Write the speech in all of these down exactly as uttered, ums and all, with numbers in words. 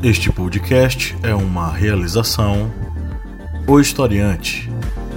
Este podcast é uma realização O Historiante.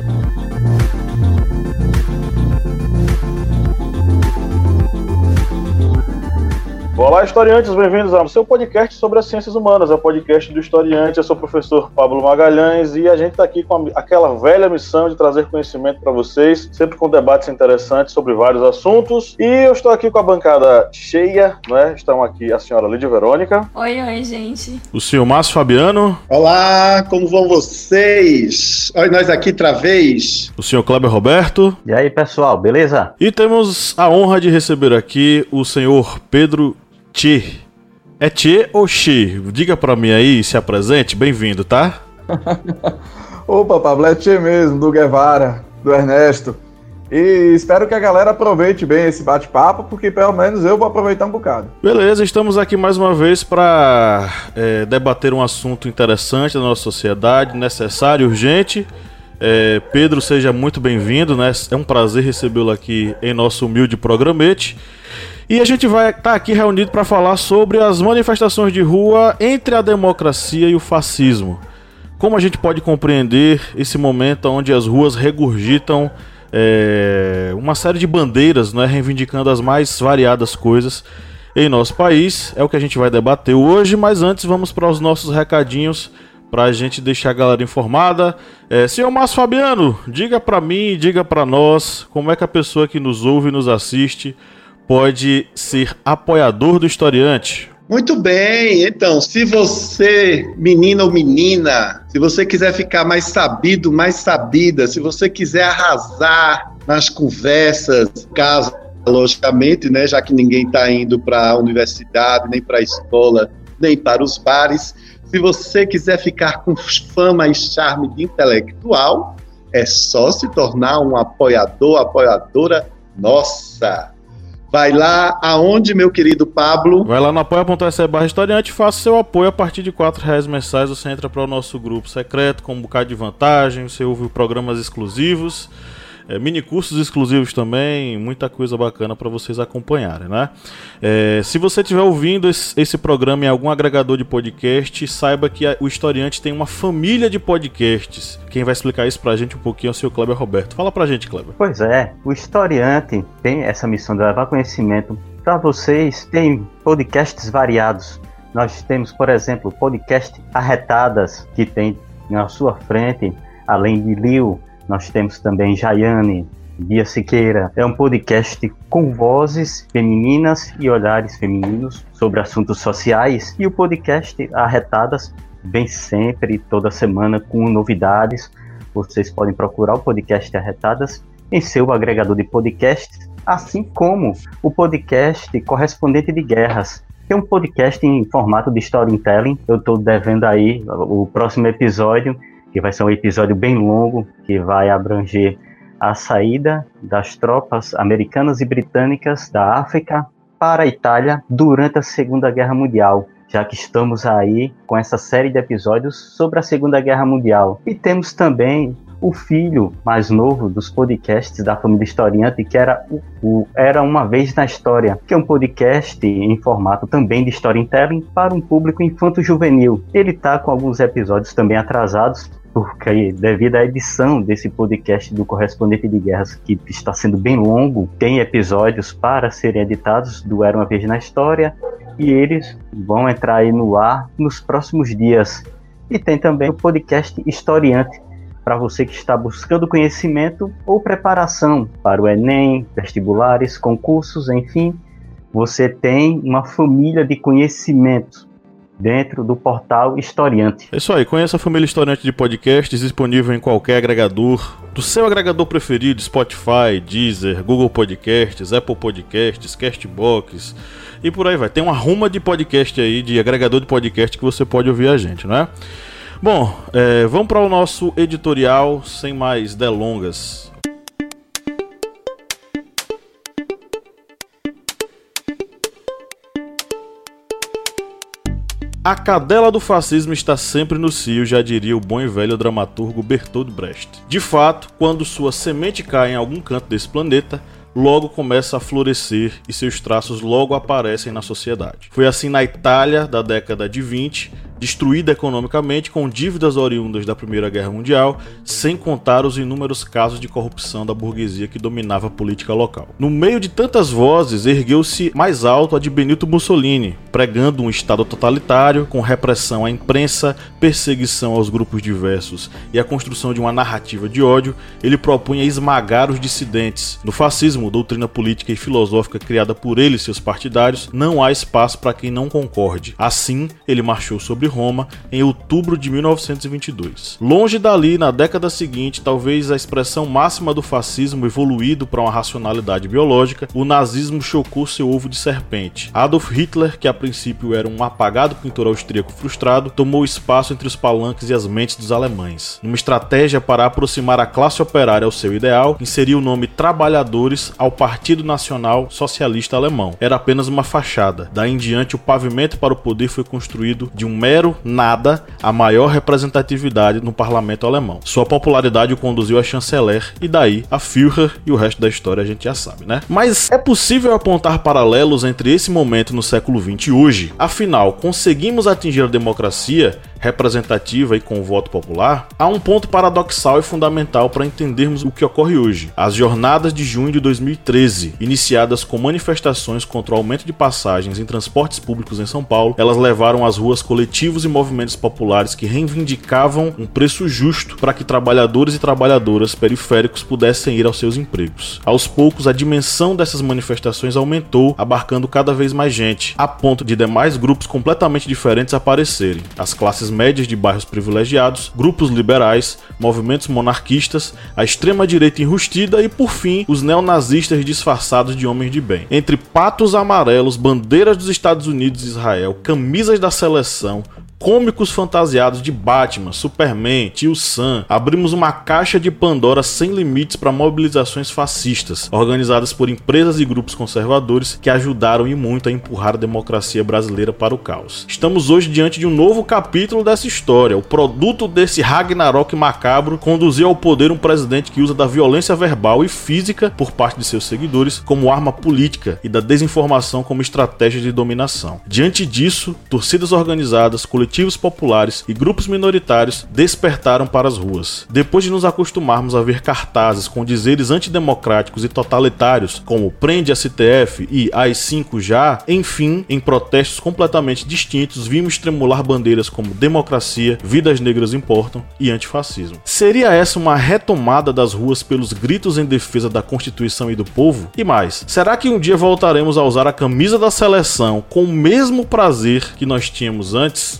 Olá, historiantes, bem-vindos ao seu podcast sobre as ciências humanas, é o podcast do Historiante. Eu sou o professor Pablo Magalhães e a gente está aqui com aquela velha missão de trazer conhecimento para vocês, sempre com debates interessantes sobre vários assuntos. E eu estou aqui com a bancada cheia, né? Estão aqui a senhora Lídia Verônica. Oi, oi, gente. O senhor Márcio Fabiano. Olá, como vão vocês? Olha nós aqui outra vez. O senhor Kleber Roberto. E aí, pessoal, beleza? E temos a honra de receber aqui o senhor Pedro Tchê. É Tchê ou Xê? Diga pra mim aí, se apresente, bem-vindo, tá? Opa, Pablo, é Tchê mesmo, do Guevara, do Ernesto. E espero que a galera aproveite bem esse bate-papo, porque pelo menos eu vou aproveitar um bocado. Beleza, estamos aqui mais uma vez para é, debater um assunto interessante da nossa sociedade, necessário, urgente. É, Pedro, seja muito bem-vindo, né? É um prazer recebê-lo aqui em nosso humilde programete. E a gente vai estar aqui reunido para falar sobre as manifestações de rua entre a democracia e o fascismo. Como a gente pode compreender esse momento onde as ruas regurgitam é, uma série de bandeiras, né, reivindicando as mais variadas coisas em nosso país. É o que a gente vai debater hoje, mas antes vamos para os nossos recadinhos para a gente deixar a galera informada. É, senhor Márcio Fabiano, diga para mim, diga para nós, como é que a pessoa que nos ouve e nos assiste pode ser apoiador do Historiante? Muito bem, então, se você, menina ou menina, se você quiser ficar mais sabido, mais sabida, se você quiser arrasar nas conversas, caso, logicamente, né, já que ninguém está indo para a universidade, nem para a escola, nem para os bares, se você quiser ficar com fama e charme de intelectual, é só se tornar um apoiador, apoiadora nossa. Vai lá, aonde, meu querido Pablo? Vai lá no apoia.se barra historiante e faça seu apoio a partir de quatro reais mensais. Você entra para o nosso grupo secreto com um bocado de vantagem, você ouve programas exclusivos, é, mini cursos exclusivos também, muita coisa bacana para vocês acompanharem, né? É, se você estiver ouvindo esse, esse programa em algum agregador de podcast, saiba que a, o Historiante tem uma família de podcasts. Quem vai explicar isso pra gente um pouquinho é o senhor Kleber Roberto. Fala pra gente, Kleber. Pois é, o Historiante tem essa missão de levar conhecimento para vocês. Tem podcasts variados. Nós temos, por exemplo, o podcast Arretadas, que tem na sua frente, além de Liu, nós temos também Jaiane, Bia Siqueira. É um podcast com vozes femininas e olhares femininos sobre assuntos sociais. E o podcast Arretadas vem sempre, toda semana, com novidades. Vocês podem procurar o podcast Arretadas em seu agregador de podcasts, assim como o podcast Correspondente de Guerras, que é um podcast em formato de storytelling. Eu estou devendo aí o próximo episódio, que vai ser um episódio bem longo, que vai abranger a saída das tropas americanas e britânicas da África para a Itália durante a Segunda Guerra Mundial, já que estamos aí com essa série de episódios sobre a Segunda Guerra Mundial. E temos também o filho mais novo dos podcasts da família Historiante, que era o, o Era Uma Vez na História, que é um podcast em formato também de storytelling para um público infanto-juvenil. Ele está com alguns episódios também atrasados, porque devido à edição desse podcast do Correspondente de Guerras, que está sendo bem longo, tem episódios para serem editados do Era Uma Vez na História, e eles vão entrar aí no ar nos próximos dias. E tem também o podcast Historiante, para você que está buscando conhecimento ou preparação para o Enem, vestibulares, concursos, enfim, você tem uma família de conhecimento dentro do portal Historiante. É isso aí, conheça a família Historiante de podcasts, disponível em qualquer agregador, do seu agregador preferido, Spotify, Deezer, Google Podcasts, Apple Podcasts, Castbox e por aí vai. Tem uma ruma de podcast aí, de agregador de podcast que você pode ouvir a gente, né? Bom, é, vamos para o nosso editorial, sem mais delongas. A cadela do fascismo está sempre no cio, já diria o bom e velho dramaturgo Bertolt Brecht. De fato, quando sua semente cai em algum canto desse planeta, logo começa a florescer e seus traços logo aparecem na sociedade. Foi assim na Itália da década de vinte, destruída economicamente com dívidas oriundas da Primeira Guerra Mundial, sem contar os inúmeros casos de corrupção da burguesia que dominava a política local. No meio de tantas vozes, ergueu-se mais alto a de Benito Mussolini, pregando um Estado totalitário, com repressão à imprensa, perseguição aos grupos diversos e a construção de uma narrativa de ódio. Ele propunha esmagar os dissidentes. No fascismo, doutrina política e filosófica criada por ele e seus partidários, não há espaço para quem não concorde. Assim, ele marchou sobre Roma em outubro de mil novecentos e vinte e dois. Longe dali, na década seguinte, talvez a expressão máxima do fascismo evoluído para uma racionalidade biológica, o nazismo chocou seu ovo de serpente. Adolf Hitler, que a princípio era um apagado pintor austríaco frustrado, tomou espaço entre os palanques e as mentes dos alemães. Numa estratégia para aproximar a classe operária ao seu ideal, inseriu o nome Trabalhadores ao Partido Nacional Socialista Alemão. Era apenas uma fachada. Daí em diante, o pavimento para o poder foi construído de um mero nada a maior representatividade no parlamento alemão. Sua popularidade o conduziu a chanceler e daí a Führer, e o resto da história a gente já sabe, né? Mas é possível apontar paralelos entre esse momento no século vinte e hoje? Afinal, conseguimos atingir a democracia representativa e com o voto popular? Há um ponto paradoxal e fundamental para entendermos o que ocorre hoje. As jornadas de junho de dois mil e treze, iniciadas com manifestações contra o aumento de passagens em transportes públicos em São Paulo, elas levaram às ruas coletivos e movimentos populares que reivindicavam um preço justo para que trabalhadores e trabalhadoras periféricos pudessem ir aos seus empregos. Aos poucos, a dimensão dessas manifestações aumentou, abarcando cada vez mais gente, a ponto de demais grupos completamente diferentes aparecerem. As classes médias de bairros privilegiados, grupos liberais, movimentos monarquistas, a extrema-direita enrustida e, por fim, os neonazistas disfarçados de homens de bem. Entre patos amarelos, bandeiras dos Estados Unidos e Israel, camisas da seleção, cômicos fantasiados de Batman, Superman, Tio Sam, abrimos uma caixa de Pandora sem limites para mobilizações fascistas, organizadas por empresas e grupos conservadores que ajudaram e muito a empurrar a democracia brasileira para o caos. Estamos hoje diante de um novo capítulo dessa história. O produto desse Ragnarok macabro conduziu ao poder um presidente que usa da violência verbal e física por parte de seus seguidores como arma política e da desinformação como estratégia de dominação. Diante disso, torcidas organizadas, coletivos populares e grupos minoritários despertaram para as ruas. Depois de nos acostumarmos a ver cartazes com dizeres antidemocráticos e totalitários como "Prende a C T F" e "A I cinco já", enfim, em protestos completamente distintos, vimos tremular bandeiras como democracia, vidas negras importam e antifascismo. Seria essa uma retomada das ruas pelos gritos em defesa da Constituição e do povo? E mais, será que um dia voltaremos a usar a camisa da seleção com o mesmo prazer que nós tínhamos antes?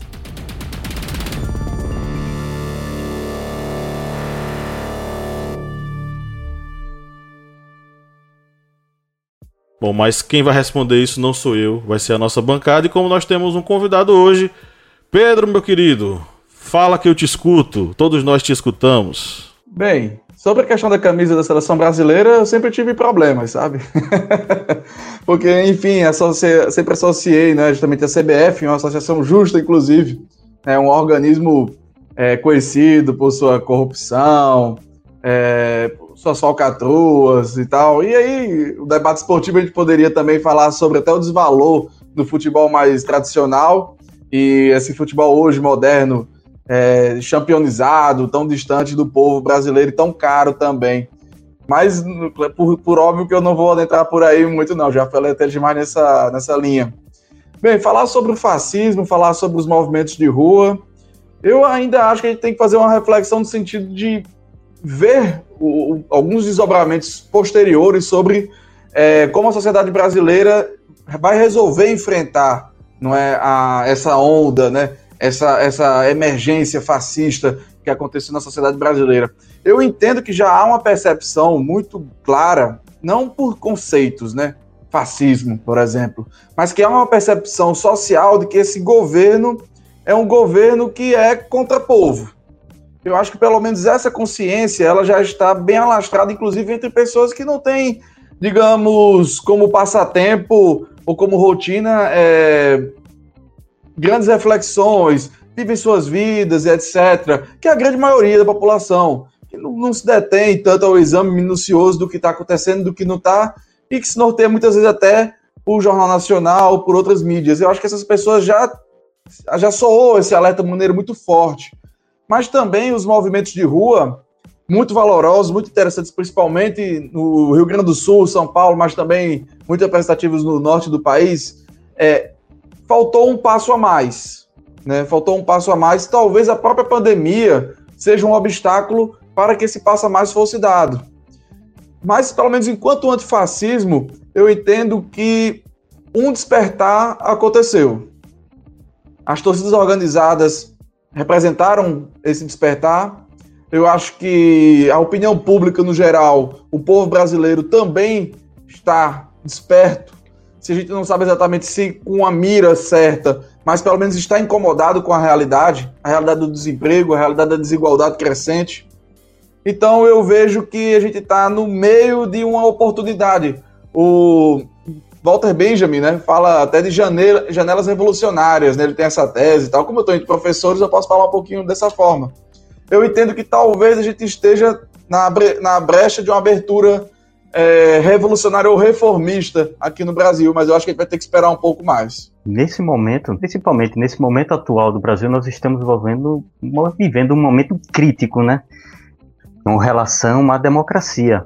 Bom, mas quem vai responder isso não sou eu, vai ser a nossa bancada. E como nós temos um convidado hoje, Pedro, meu querido, fala que eu te escuto, todos nós te escutamos. Bem, sobre a questão da camisa da seleção brasileira, eu sempre tive problemas, sabe? Porque, enfim, associa, sempre associei, né, justamente a C B F, uma associação justa, inclusive, é um organismo é, conhecido por sua corrupção, é, suas falcatruas e tal. E aí, o debate esportivo, a gente poderia também falar sobre até o desvalor do futebol mais tradicional e esse futebol hoje moderno, é, championizado, tão distante do povo brasileiro e tão caro também. Mas, por, por óbvio que eu não vou adentrar por aí muito não, já falei até demais nessa, nessa linha. Bem, falar sobre o fascismo, falar sobre os movimentos de rua, eu ainda acho que a gente tem que fazer uma reflexão no sentido de ver o, o, alguns desdobramentos posteriores sobre é, como a sociedade brasileira vai resolver enfrentar, não é, a, essa onda, né, essa, essa emergência fascista que aconteceu na sociedade brasileira. Eu entendo que já há uma percepção muito clara, não por conceitos, né, fascismo, por exemplo, mas que há uma percepção social de que esse governo é um governo que é contra o povo. Eu acho que pelo menos essa consciência ela já está bem alastrada, inclusive entre pessoas que não têm, digamos, como passatempo ou como rotina, é, grandes reflexões, vivem suas vidas, etcétera, que é a grande maioria da população, que não, não se detém tanto ao exame minucioso do que está acontecendo, do que não está, e que se norteia muitas vezes até por Jornal Nacional, por outras mídias. Eu acho que essas pessoas já já soou esse alerta de maneira muito forte. Mas também os movimentos de rua, muito valorosos, muito interessantes, principalmente no Rio Grande do Sul, São Paulo, mas também muito representativos no norte do país, é, faltou um passo a mais, né? Faltou um passo a mais. Talvez a própria pandemia seja um obstáculo para que esse passo a mais fosse dado. Mas, pelo menos enquanto antifascismo, eu entendo que um despertar aconteceu. As torcidas organizadas representaram esse despertar. Eu acho que a opinião pública, no geral, o povo brasileiro também está desperto. Se a gente não sabe exatamente se com a mira certa, mas pelo menos está incomodado com a realidade, a realidade do desemprego, a realidade da desigualdade crescente. Então eu vejo que a gente está no meio de uma oportunidade. O Walter Benjamin, né, fala até de janela, janelas revolucionárias, né, ele tem essa tese e tal. Como eu estou entre professores, eu posso falar um pouquinho dessa forma. Eu entendo que talvez a gente esteja na, bre- na brecha de uma abertura é, revolucionária ou reformista aqui no Brasil, mas eu acho que a gente vai ter que esperar um pouco mais. Nesse momento, principalmente nesse momento atual do Brasil, nós estamos vivendo, vivendo um momento crítico, né, com relação à democracia.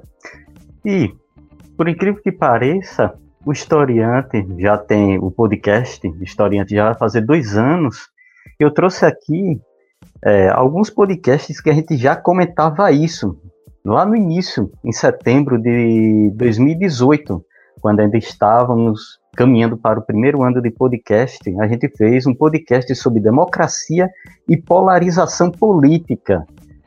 E, por incrível que pareça, o Historiante já tem o podcast, Historiante já vai fazer dois anos. Eu trouxe aqui é, alguns podcasts que a gente já comentava isso, lá no início, em setembro de dois mil e dezoito, quando ainda estávamos caminhando para o primeiro ano de podcast, a gente fez um podcast sobre democracia e polarização política.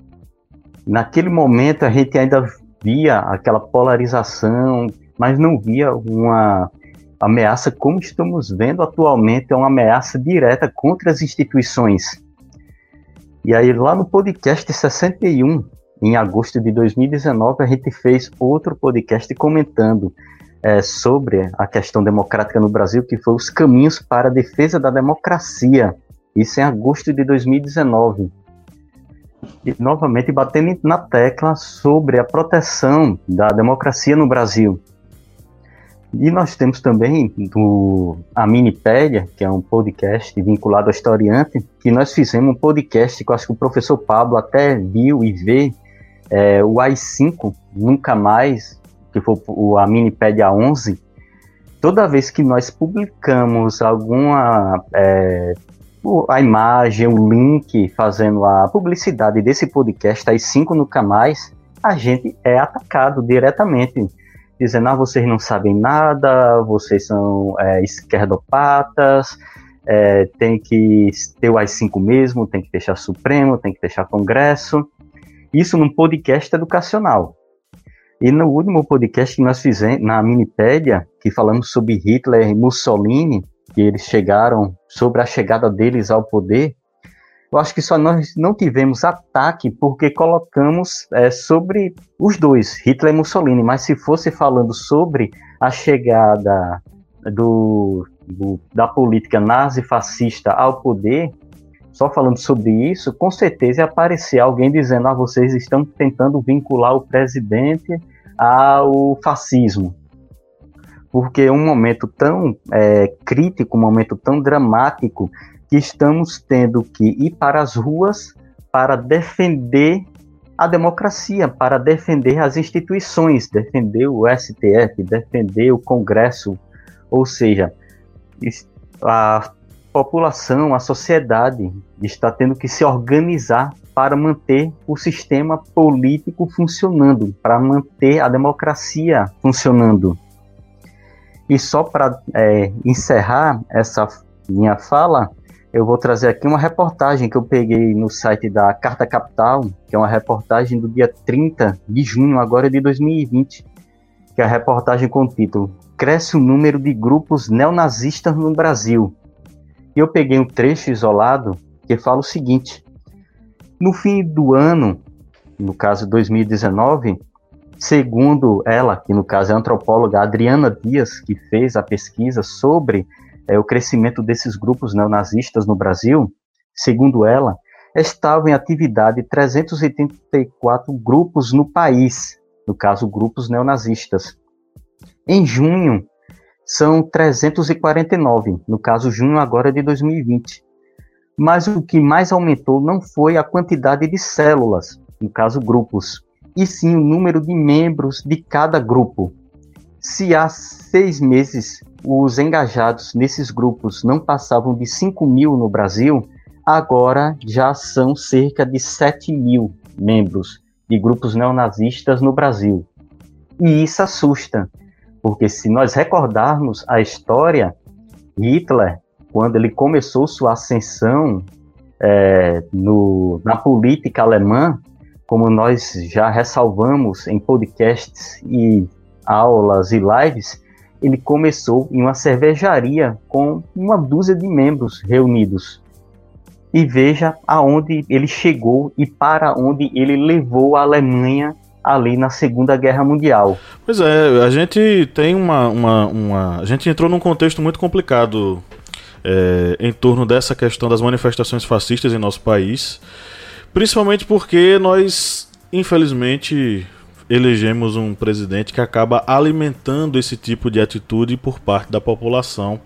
Naquele momento a gente ainda via aquela polarização, mas não via uma ameaça como estamos vendo atualmente, é uma ameaça direta contra as instituições. E aí lá no podcast sessenta e um, em agosto de dois mil e dezenove, a gente fez outro podcast comentando é, sobre a questão democrática no Brasil, que foi os caminhos para a defesa da democracia. Isso em agosto de dois mil e dezenove. E novamente batendo na tecla sobre a proteção da democracia no Brasil. E nós temos também do, a Minipédia, que é um podcast vinculado ao Historiante, que nós fizemos um podcast que eu acho que o professor Pablo até viu e vê, é, o A I cinco, Nunca Mais, que foi o, a Minipédia onze. Toda vez que nós publicamos alguma... É, a imagem, o link, fazendo a publicidade desse podcast, A I cinco Nunca Mais, a gente é atacado diretamente, dizendo, ah, vocês não sabem nada, vocês são é, esquerdopatas, é, tem que ter o A I cinco mesmo, tem que fechar Supremo, tem que fechar Congresso. Isso num podcast educacional. E no último podcast que nós fizemos, na Minipédia, que falamos sobre Hitler e Mussolini, que eles chegaram, sobre a chegada deles ao poder, eu acho que só nós não tivemos ataque porque colocamos é, sobre os dois, Hitler e Mussolini, mas se fosse falando sobre a chegada do, do, da política nazi-fascista ao poder, só falando sobre isso, com certeza ia aparecer alguém dizendo, ah, vocês estão tentando vincular o presidente ao fascismo. Porque é um momento tão é, crítico, um momento tão dramático, que estamos tendo que ir para as ruas para defender a democracia, para defender as instituições, defender o S T F, defender o Congresso. Ou seja, a população, a sociedade está tendo que se organizar para manter o sistema político funcionando, para manter a democracia funcionando. E só para é, encerrar essa minha fala, eu vou trazer aqui uma reportagem que eu peguei no site da Carta Capital, que é uma reportagem do dia trinta de junho agora de dois mil e vinte, que é a reportagem com o título Cresce o número de grupos neonazistas no Brasil. E eu peguei um trecho isolado que fala o seguinte: no fim do ano, no caso dois mil e dezenove, segundo ela, que no caso é a antropóloga Adriana Dias, que fez a pesquisa sobre é, o crescimento desses grupos neonazistas no Brasil, segundo ela, estavam em atividade trezentos e oitenta e quatro grupos no país, no caso, grupos neonazistas. Em junho, são trezentos e quarenta e nove, no caso, junho agora de dois mil e vinte. Mas o que mais aumentou não foi a quantidade de células, no caso grupos, e sim o número de membros de cada grupo. Se há seis meses os engajados nesses grupos não passavam de cinco mil no Brasil, agora já são cerca de sete mil membros de grupos neonazistas no Brasil. E isso assusta, porque se nós recordarmos a história, Hitler, quando ele começou sua ascensão é, no, na política alemã, como nós já ressalvamos em podcasts e aulas e lives, ele começou em uma cervejaria com uma dúzia de membros reunidos. E veja aonde ele chegou e para onde ele levou a Alemanha ali na Segunda Guerra Mundial. Pois é, a gente tem uma... uma, uma... A gente entrou num contexto muito complicado é, em torno dessa questão das manifestações fascistas em nosso país, principalmente porque nós, infelizmente, elegemos um presidente que acaba alimentando esse tipo de atitude por parte da população,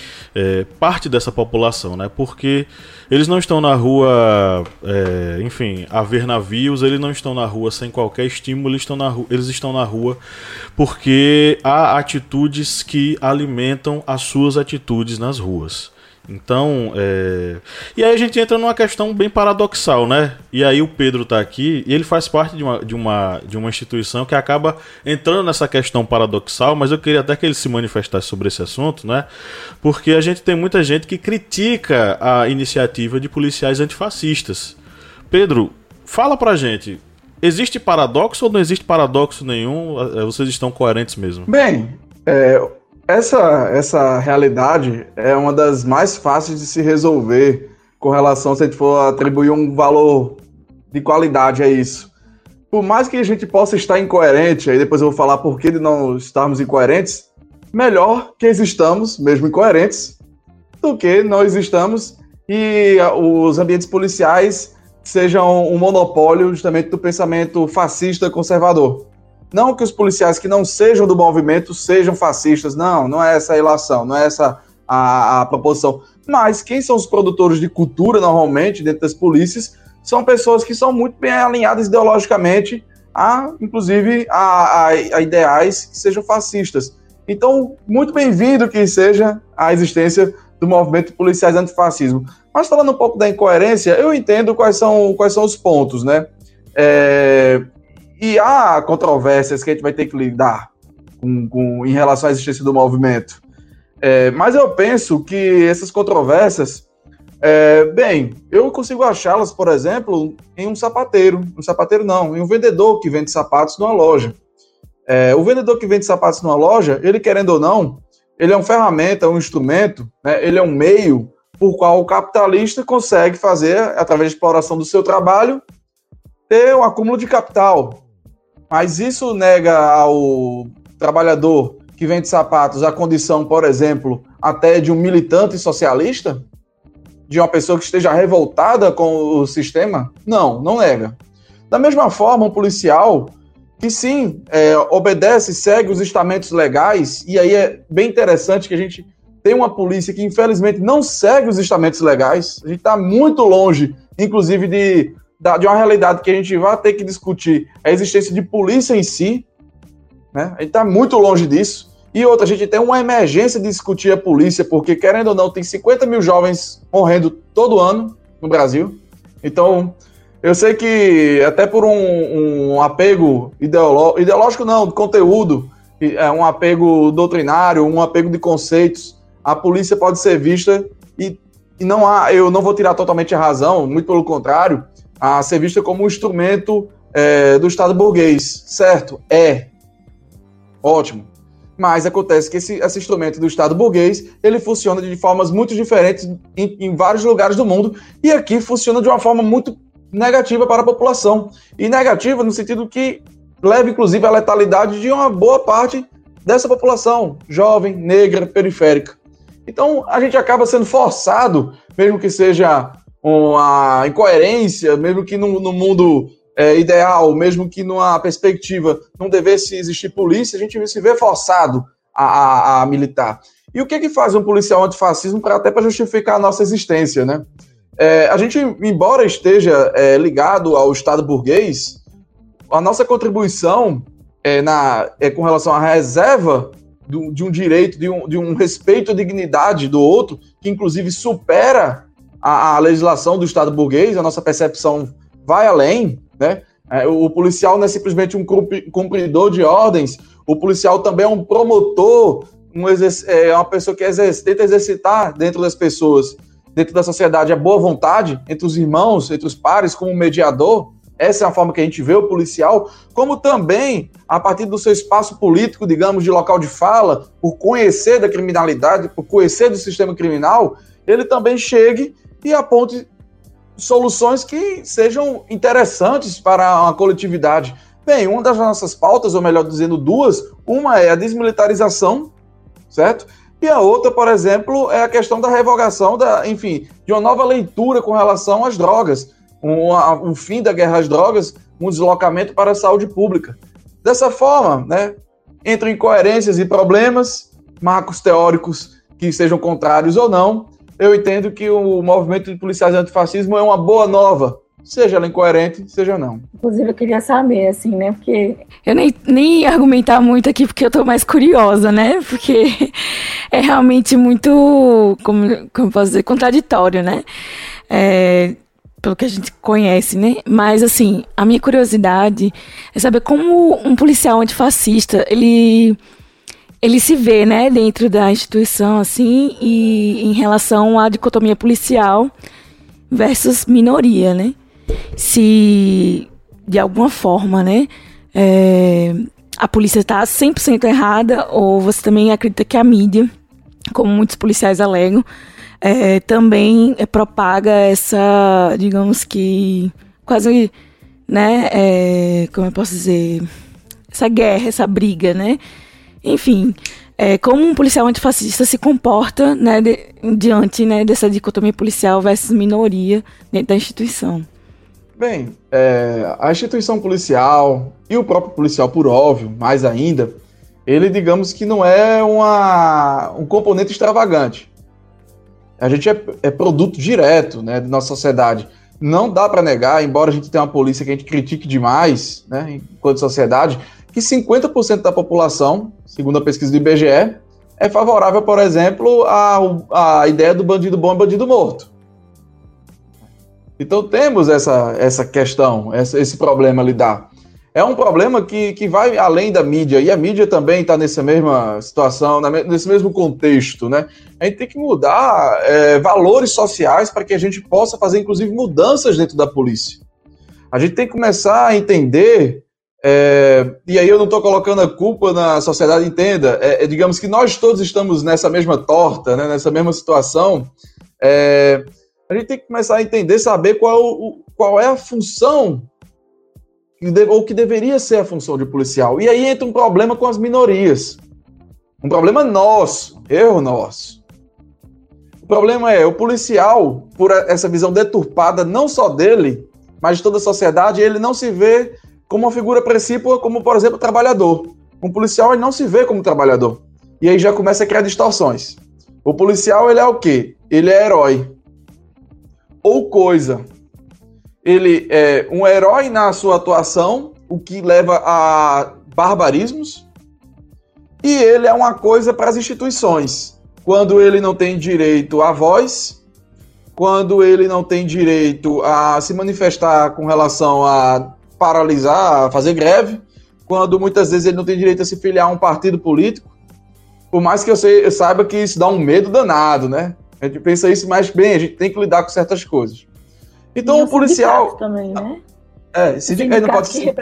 é, parte dessa população, né? Porque eles não estão na rua, é, enfim, a ver navios, eles não estão na rua sem qualquer estímulo, eles estão na rua, eles estão na rua porque há atitudes que alimentam as suas atitudes nas ruas. Então, é... e aí a gente entra numa questão bem paradoxal, né? E aí o Pedro tá aqui e ele faz parte de uma, de uma, de uma instituição que acaba entrando nessa questão paradoxal, mas eu queria até que ele se manifestasse sobre esse assunto, né? Porque a gente tem muita gente que critica a iniciativa de policiais antifascistas. Pedro, fala pra gente, existe paradoxo ou não existe paradoxo nenhum? Vocês estão coerentes mesmo? Bem, é... Essa, essa realidade é uma das mais fáceis de se resolver com relação, se a gente for atribuir um valor de qualidade a isso. Por mais que a gente possa estar incoerente, aí depois eu vou falar por que de não estarmos incoerentes, melhor que existamos, mesmo incoerentes, do que não existamos e os ambientes policiais sejam um monopólio justamente do pensamento fascista conservador. Não que os policiais que não sejam do movimento sejam fascistas, não, não é essa a ilação, não é essa a, a proposição. Mas quem são os produtores de cultura, normalmente, dentro das polícias, são pessoas que são muito bem alinhadas ideologicamente, a, inclusive, a, a, a ideais que sejam fascistas. Então, muito bem-vindo que seja a existência do movimento de policiais antifascismo. Mas falando um pouco da incoerência, eu entendo quais são, quais são os pontos, né? É... E há controvérsias que a gente vai ter que lidar com, com, em relação à existência do movimento. É, mas eu penso que essas controvérsias, é, bem, eu consigo achá-las, por exemplo, em um sapateiro. Um sapateiro não, em um vendedor que vende sapatos numa loja. É, o vendedor que vende sapatos numa loja, ele querendo ou não, ele é uma ferramenta, um instrumento, né, ele é um meio por qual o capitalista consegue fazer, através de exploração do seu trabalho, ter um acúmulo de capital. Mas isso nega ao trabalhador que vende sapatos a condição, por exemplo, até de um militante socialista? De uma pessoa que esteja revoltada com o sistema? Não, não nega. Da mesma forma, um policial que sim, é, obedece, segue os estamentos legais, e aí é bem interessante que a gente tem uma polícia que infelizmente não segue os estamentos legais, a gente está muito longe, inclusive de... de uma realidade que a gente vai ter que discutir a existência de polícia em si, né? A gente está muito longe disso. E outra, a gente tem uma emergência de discutir a polícia, porque, querendo ou não, tem cinquenta mil jovens morrendo todo ano no Brasil. Então, eu sei que até por um, um apego ideológico, ideológico não, de conteúdo, é um apego doutrinário, um apego de conceitos, a polícia pode ser vista, e, e não há, eu não vou tirar totalmente a razão, muito pelo contrário, a ser vista como um instrumento é, do Estado burguês, certo? É. Ótimo. Mas acontece que esse, esse instrumento do Estado burguês, ele funciona de formas muito diferentes em, em vários lugares do mundo, e aqui funciona de uma forma muito negativa para a população. E negativa no sentido que leva, inclusive, à letalidade de uma boa parte dessa população, jovem, negra, periférica. Então, a gente acaba sendo forçado, mesmo que seja uma incoerência, mesmo que no, no mundo é, ideal, mesmo que numa perspectiva não devesse existir polícia, a gente se vê forçado a, a, a militar. E o que é que faz um policial antifascismo para até para justificar a nossa existência, né? é, a gente, embora esteja é, ligado ao Estado burguês, a nossa contribuição é, na, é com relação à reserva do, de um direito, de um, de um respeito à dignidade do outro, que inclusive supera a, a legislação do Estado burguês, a nossa percepção vai além, né? É, o policial não é simplesmente um cumpridor de ordens, o policial também é um promotor, um exerc- é uma pessoa que exerc- tenta exercitar dentro das pessoas, dentro da sociedade, a boa vontade entre os irmãos, entre os pares, como mediador. Essa é a forma que a gente vê o policial, como também, a partir do seu espaço político, digamos, de local de fala, por conhecer da criminalidade, por conhecer do sistema criminal, ele também chegue e aponte soluções que sejam interessantes para uma coletividade. Bem, uma das nossas pautas, ou melhor dizendo, duas, uma é a desmilitarização, certo? E a outra, por exemplo, é a questão da revogação, da, enfim, de uma nova leitura com relação às drogas, um, um fim da guerra às drogas, um deslocamento para a saúde pública. Dessa forma, né, entre incoerências e problemas, marcos teóricos que sejam contrários ou não, eu entendo que o movimento de policiais antifascismo é uma boa nova, seja ela incoerente, seja não. Inclusive, eu queria saber, assim, né, porque eu nem, nem argumentar muito aqui, porque eu tô mais curiosa, né, porque é realmente muito, como, como posso dizer, contraditório, né, é, pelo que a gente conhece, né, mas, assim, a minha curiosidade é saber como um policial antifascista, ele... ele se vê, né, dentro da instituição, assim, e em relação à dicotomia policial versus minoria, né? Se, de alguma forma, né, é, a polícia está cem por cento errada, ou você também acredita que a mídia, como muitos policiais alegam, é, também é, propaga essa, digamos que, quase, né, é, como eu posso dizer, essa guerra, essa briga, né? Enfim, é, como um policial antifascista se comporta, né, de, diante, né, dessa dicotomia policial versus minoria dentro da instituição? Bem, é, a instituição policial e o próprio policial, por óbvio, mais ainda, ele, digamos que não é uma, um componente extravagante. A gente é, é produto direto, né, da nossa sociedade. Não dá para negar, embora a gente tenha uma polícia que a gente critique demais, né, enquanto sociedade, que cinquenta por cento da população, segundo a pesquisa do I B G E, é favorável, por exemplo, à, à ideia do bandido bom e bandido morto. Então temos essa, essa questão, essa, esse problema a lidar. É um problema que, que vai além da mídia, e a mídia também está nessa mesma situação, nesse mesmo contexto, né? A gente tem que mudar é, valores sociais para que a gente possa fazer, inclusive, mudanças dentro da polícia. A gente tem que começar a entender... É, e aí eu não estou colocando a culpa na sociedade, entenda, é, é, digamos que nós todos estamos nessa mesma torta, né, nessa mesma situação, é, a gente tem que começar a entender, saber qual, o, qual é a função, ou que deveria ser a função de policial. E aí entra um problema com as minorias, um problema nosso, erro nosso. O problema é, o policial, por essa visão deturpada, não só dele, mas de toda a sociedade, ele não se vê como uma figura precípua, como, por exemplo, trabalhador. Um policial, ele não se vê como trabalhador. E aí já começa a criar distorções. O policial, ele é o quê? Ele é herói. Ou coisa. Ele é um herói na sua atuação, o que leva a barbarismos, e ele é uma coisa para as instituições. Quando ele não tem direito à voz, quando ele não tem direito a se manifestar com relação a paralisar, fazer greve, quando muitas vezes ele não tem direito a se filiar a um partido político, por mais que eu, sei, eu saiba que isso dá um medo danado, né? A gente pensa isso, mas bem, a gente tem que lidar com certas coisas. Então, e o policial... também, né? É, sindicato não pode ser...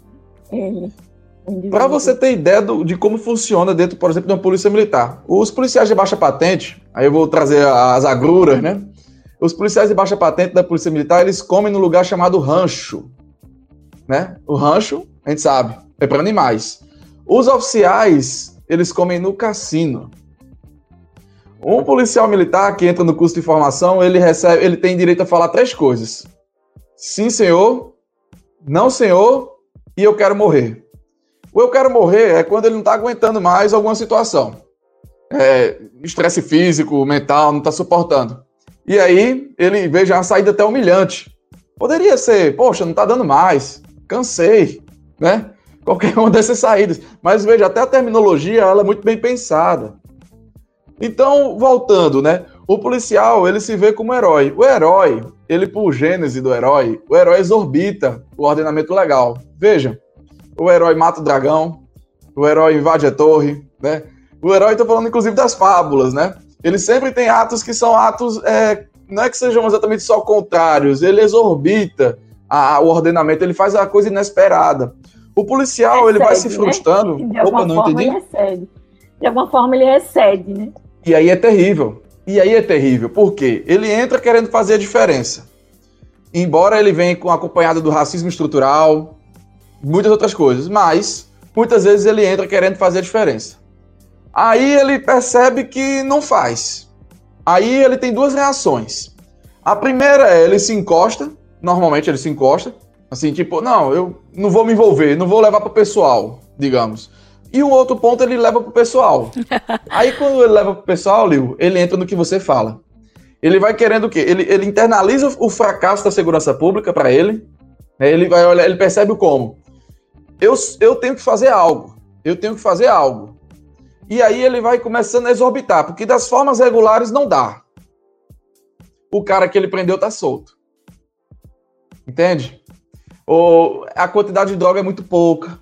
Para você ter ideia do, de como funciona dentro, por exemplo, de uma polícia militar. Os policiais de baixa patente, aí eu vou trazer as agruras, né? Os policiais de baixa patente da polícia militar, eles comem no lugar chamado rancho. Né? O rancho, a gente sabe, é para animais. Os oficiais, eles comem no cassino. Um policial militar que entra no curso de formação, ele recebe, ele tem direito a falar três coisas: sim, senhor, não, senhor, e eu quero morrer. O eu quero morrer é quando ele não está aguentando mais alguma situação. É, estresse físico, mental, não está suportando. E aí ele veja uma saída até humilhante. Poderia ser, poxa, não tá dando mais, cansei, né? Qualquer uma dessas saídas. Mas veja, até a terminologia, ela é muito bem pensada. Então, voltando, né? O policial, ele se vê como herói. O herói, ele, por gênese do herói, o herói exorbita o ordenamento legal. Veja, o herói mata o dragão, o herói invade a torre, né? O herói, tô falando inclusive das fábulas, né? Ele sempre tem atos que são atos, é, não é que sejam exatamente só contrários, ele exorbita a, o ordenamento, ele faz a coisa inesperada. O policial, excede, ele vai se frustrando. Né? De alguma Opa, não forma entendi. Ele excede. De alguma forma ele excede, né? E aí é terrível. E aí é terrível. Por quê? Ele entra querendo fazer a diferença. Embora ele venha com acompanhado do racismo estrutural, muitas outras coisas, mas muitas vezes ele entra querendo fazer a diferença. Aí ele percebe que não faz. Aí ele tem duas reações. A primeira é, ele se encosta, normalmente ele se encosta, assim, tipo, não, eu não vou me envolver, não vou levar pro pessoal, digamos. E o outro ponto ele leva pro pessoal. Aí quando ele leva pro pessoal, Lil, ele entra no que você fala. Ele vai querendo o quê? Ele, ele internaliza o fracasso da segurança pública para ele. Né? Ele vai olhar, ele percebe como? Eu, eu tenho que fazer algo. Eu tenho que fazer algo. E aí ele vai começando a exorbitar, porque das formas regulares não dá. O cara que ele prendeu tá solto. Entende? Ou a quantidade de droga é muito pouca.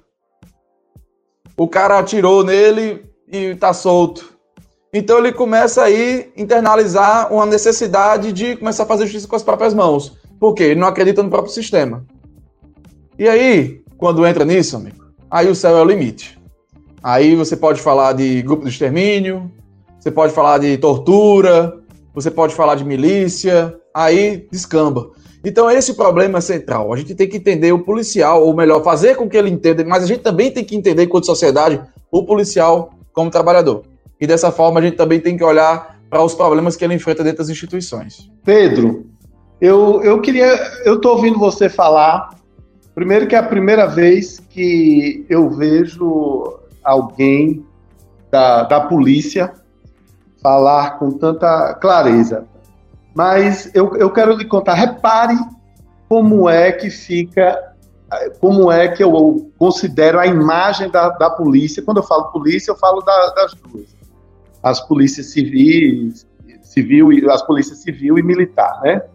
O cara atirou nele e tá solto. Então ele começa aí a internalizar uma necessidade de começar a fazer justiça com as próprias mãos. Por quê? Ele não acredita no próprio sistema. E aí, quando entra nisso, amigo, aí o céu é o limite. Aí você pode falar de grupo de extermínio, você pode falar de tortura, você pode falar de milícia, aí descamba. Então esse é o problema central. A gente tem que entender o policial, ou melhor, fazer com que ele entenda, mas a gente também tem que entender, enquanto sociedade, o policial como trabalhador. E dessa forma a gente também tem que olhar para os problemas que ele enfrenta dentro das instituições. Pedro, eu, eu queria... Eu estou ouvindo você falar, primeiro que é a primeira vez que eu vejo alguém da, da polícia falar com tanta clareza. Mas eu, eu quero lhe contar, repare como é que fica, como é que eu considero a imagem da, da polícia. Quando eu falo polícia, eu falo da, das duas. As polícias civis, civil e as polícias civil e militar, né?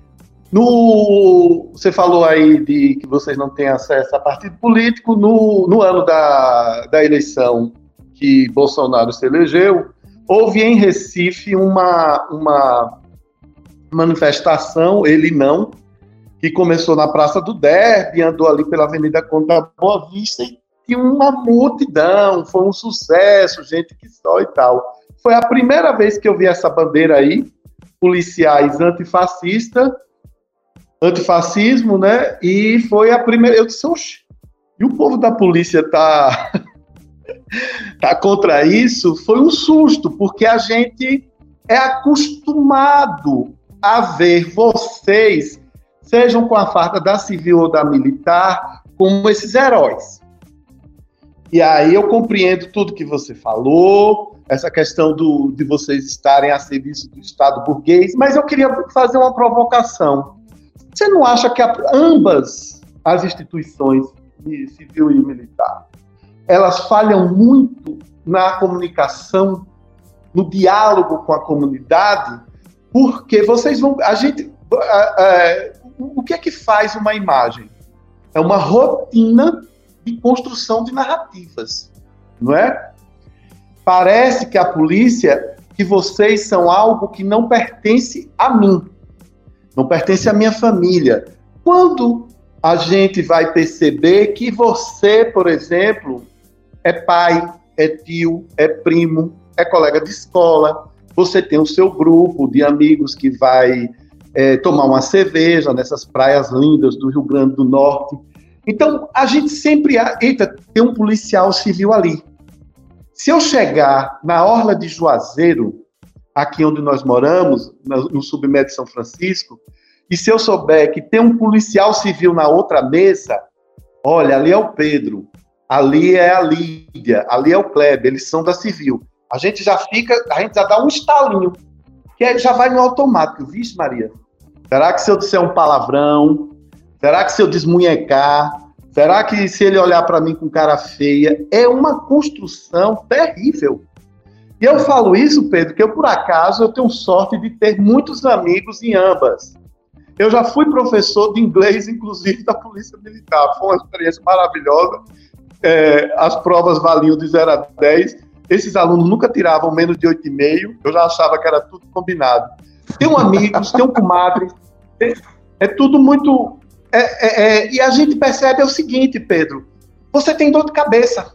No, você falou aí de que vocês não têm acesso a partido político. No, no ano da, da eleição que Bolsonaro se elegeu, houve em Recife uma, uma manifestação, ele não, que começou na Praça do Derby, andou ali pela Avenida Conta Boa Vista e tinha uma multidão, foi um sucesso, gente que só e tal. Foi a primeira vez que eu vi essa bandeira aí, policiais antifascistas, antifascismo, né? E foi a primeira. Eu disse, oxe, e o povo da polícia tá, tá contra isso? Foi um susto, porque a gente é acostumado a ver vocês, sejam com a farda da civil ou da militar, como esses heróis. E aí eu compreendo tudo que você falou, essa questão do, de vocês estarem a serviço do Estado burguês, mas eu queria fazer uma provocação. Você não acha que a, ambas as instituições, civil e militar, elas falham muito na comunicação, no diálogo com a comunidade? Porque vocês vão... A gente... A, a, o que é que faz uma imagem? É uma rotina de construção de narrativas, não é? Parece que a polícia, que vocês são algo que não pertence a mim, não pertence à minha família. Quando a gente vai perceber que você, por exemplo, é pai, é tio, é primo, é colega de escola, você tem o seu grupo de amigos que vai é, tomar uma cerveja nessas praias lindas do Rio Grande do Norte. Então, a gente sempre... Eita, tem um policial civil ali. Se eu chegar na orla de Juazeiro, aqui onde nós moramos, no submédio São Francisco, e se eu souber que tem um policial civil na outra mesa, olha, ali é o Pedro, ali é a Lídia, ali é o Kleber, eles são da civil. A gente já fica, a gente já dá um estalinho, que aí já vai no automático. Vixe, Maria, será que se eu disser um palavrão, será que se eu desmunhecar, será que se ele olhar para mim com cara feia? É uma construção terrível. E eu falo isso, Pedro, que eu, por acaso, eu tenho sorte de ter muitos amigos em ambas. Eu já fui professor de inglês, inclusive, da Polícia Militar. Foi uma experiência maravilhosa. É, as provas valiam de zero a dez. Esses alunos nunca tiravam menos de oito vírgula cinco. Eu já achava que era tudo combinado. Tenho amigos, tenho comadres. É, é tudo muito... É, é, é, e a gente percebe o seguinte, Pedro. Você tem dor de cabeça.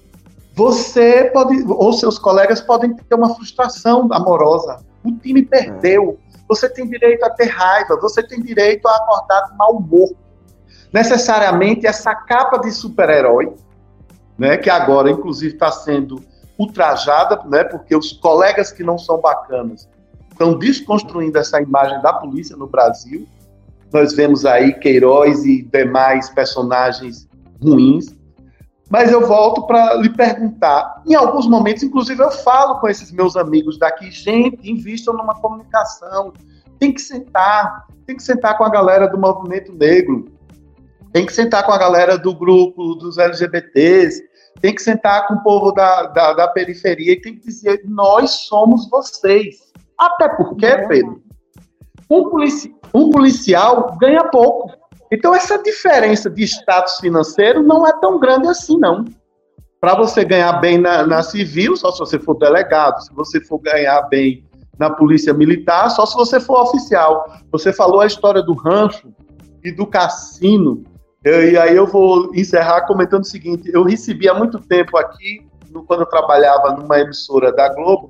Você pode... Ou seus colegas podem ter uma frustração amorosa. O time perdeu. Você tem direito a ter raiva, você tem direito a acordar de mau humor. Necessariamente, essa capa de super-herói, né, que agora, inclusive, está sendo ultrajada, né, porque os colegas que não são bacanas estão desconstruindo essa imagem da polícia no Brasil. Nós vemos aí Queiroz e demais personagens ruins. Mas eu volto para lhe perguntar, em alguns momentos, inclusive eu falo com esses meus amigos daqui, gente, invistam numa comunicação, tem que sentar, tem que sentar com a galera do movimento negro, tem que sentar com a galera do grupo dos L G B Ts, tem que sentar com o povo da, da, da periferia e tem que dizer, nós somos vocês. Até porque, Pedro, um, polici- um policial ganha pouco. Então, essa diferença de status financeiro não é tão grande assim, não. Para você ganhar bem na, na civil, só se você for delegado. Se você for ganhar bem na polícia militar, só se você for oficial. Você falou a história do rancho e do cassino. Eu, e aí eu vou encerrar comentando o seguinte. Eu recebi há muito tempo aqui, no, quando eu trabalhava numa emissora da Globo,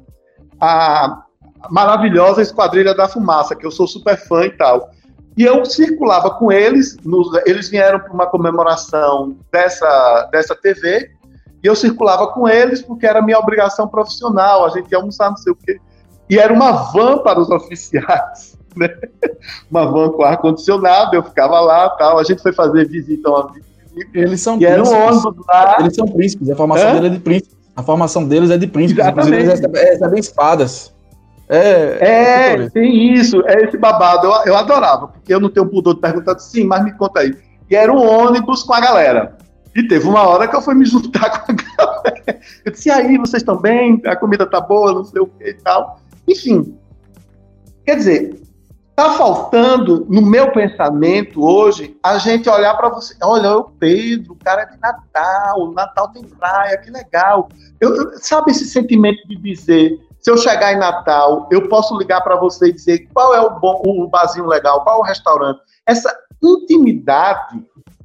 a maravilhosa Esquadrilha da Fumaça, que eu sou super fã e tal. E eu circulava com eles, nos, eles vieram para uma comemoração dessa, dessa T V, e eu circulava com eles porque era minha obrigação profissional, a gente ia almoçar, não sei o quê. E era uma van para os oficiais, né? Uma van com ar-condicionado, eu ficava lá, tal. A gente foi fazer visita a uma visita. Eles são e príncipes. Era um ônibus lá. Eles são príncipes, a formação deles é de príncipes. A formação deles é de príncipes, Exatamente. Inclusive eles recebem, recebem espadas. É, é, é tem isso, é esse babado, eu, eu adorava, porque eu não tenho pudor de perguntar, sim, mas me conta aí. E era um ônibus com a galera, e teve uma hora que eu fui me juntar com a galera, eu disse, e aí, vocês estão bem, a comida tá boa, não sei o que e tal, enfim, quer dizer, tá faltando, no meu pensamento hoje, a gente olhar para você, olha, é o Pedro, o cara é de Natal, o Natal tem praia, que legal, eu, eu, sabe esse sentimento de dizer... Se eu chegar em Natal, eu posso ligar para você e dizer qual é o, bom, o barzinho legal, qual é o restaurante. Essa intimidade,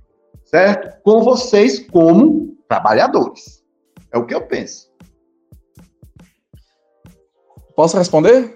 certo? Com vocês como trabalhadores. É o que eu penso. Posso responder?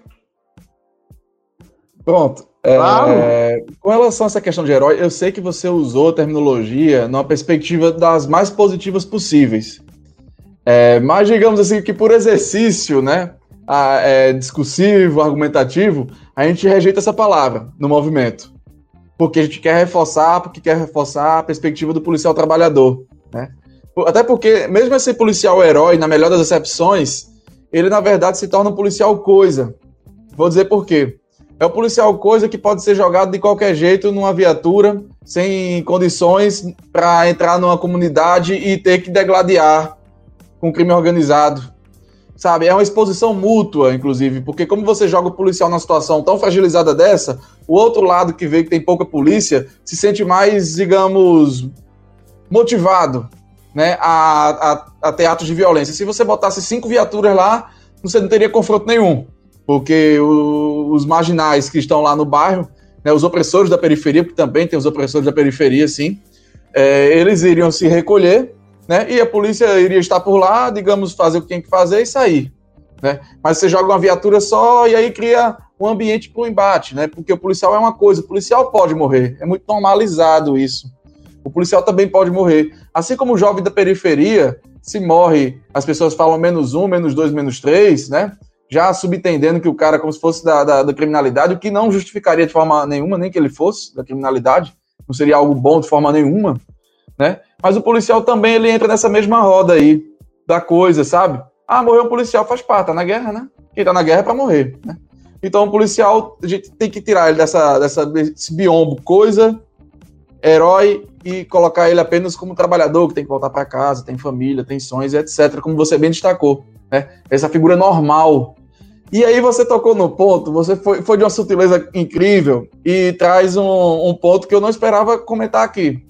Pronto. Claro. É, com relação a essa questão de herói, eu sei que você usou a terminologia numa perspectiva das mais positivas possíveis. É, mas digamos assim que por exercício, né? A, é, discursivo, argumentativo, a gente rejeita essa palavra no movimento. Porque a gente quer reforçar, porque quer reforçar a perspectiva do policial trabalhador, né? Até porque, mesmo esse policial herói, na melhor das exceções, ele na verdade se torna um policial coisa. Vou dizer por quê. É o policial coisa que pode ser jogado de qualquer jeito numa viatura, sem condições para entrar numa comunidade e ter que degladiar com crime organizado. Sabe, é uma exposição mútua, inclusive, porque como você joga o policial numa situação tão fragilizada dessa, o outro lado que vê que tem pouca polícia se sente mais, digamos, motivado, né, a, a, a ter atos de violência. Se você botasse cinco viaturas lá, você não teria confronto nenhum, porque o, os marginais que estão lá no bairro, né, os opressores da periferia, porque também tem os opressores da periferia, sim, é, eles iriam se recolher, né? E a polícia iria estar por lá, digamos, fazer o que tem que fazer e sair, né? Mas você joga uma viatura só e aí cria um ambiente para o embate, né? Porque o policial é uma coisa, o policial pode morrer, é muito normalizado isso. O policial também pode morrer. Assim como o jovem da periferia, se morre, as pessoas falam menos um, menos dois, menos três, né? Já subentendendo que o cara é como se fosse da, da, da criminalidade, o que não justificaria de forma nenhuma, nem que ele fosse da criminalidade, não seria algo bom de forma nenhuma, né? Mas o policial também, ele entra nessa mesma roda aí da coisa, sabe? Ah, morreu um policial, faz parte, tá na guerra, né? Quem tá na guerra é pra morrer, né? Então o policial, a gente tem que tirar ele dessa, dessa, desse biombo coisa, herói, e colocar ele apenas como trabalhador, que tem que voltar para casa, tem família, tem sonhos, etcétera, como você bem destacou, né? Essa figura normal. E aí você tocou no ponto, você foi, foi de uma sutileza incrível e traz um, um ponto que eu não esperava comentar aqui.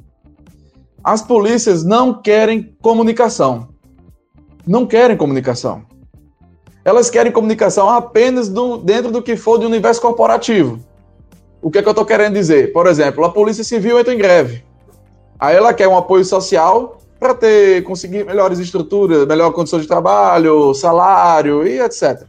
As polícias não querem comunicação. Não querem comunicação. Elas querem comunicação apenas do, dentro do que for de universo corporativo. O que é que eu estou querendo dizer? Por exemplo, a Polícia Civil entra em greve. Aí ela quer um apoio social para ter, conseguir melhores estruturas, melhor condição de trabalho, salário e etcétera.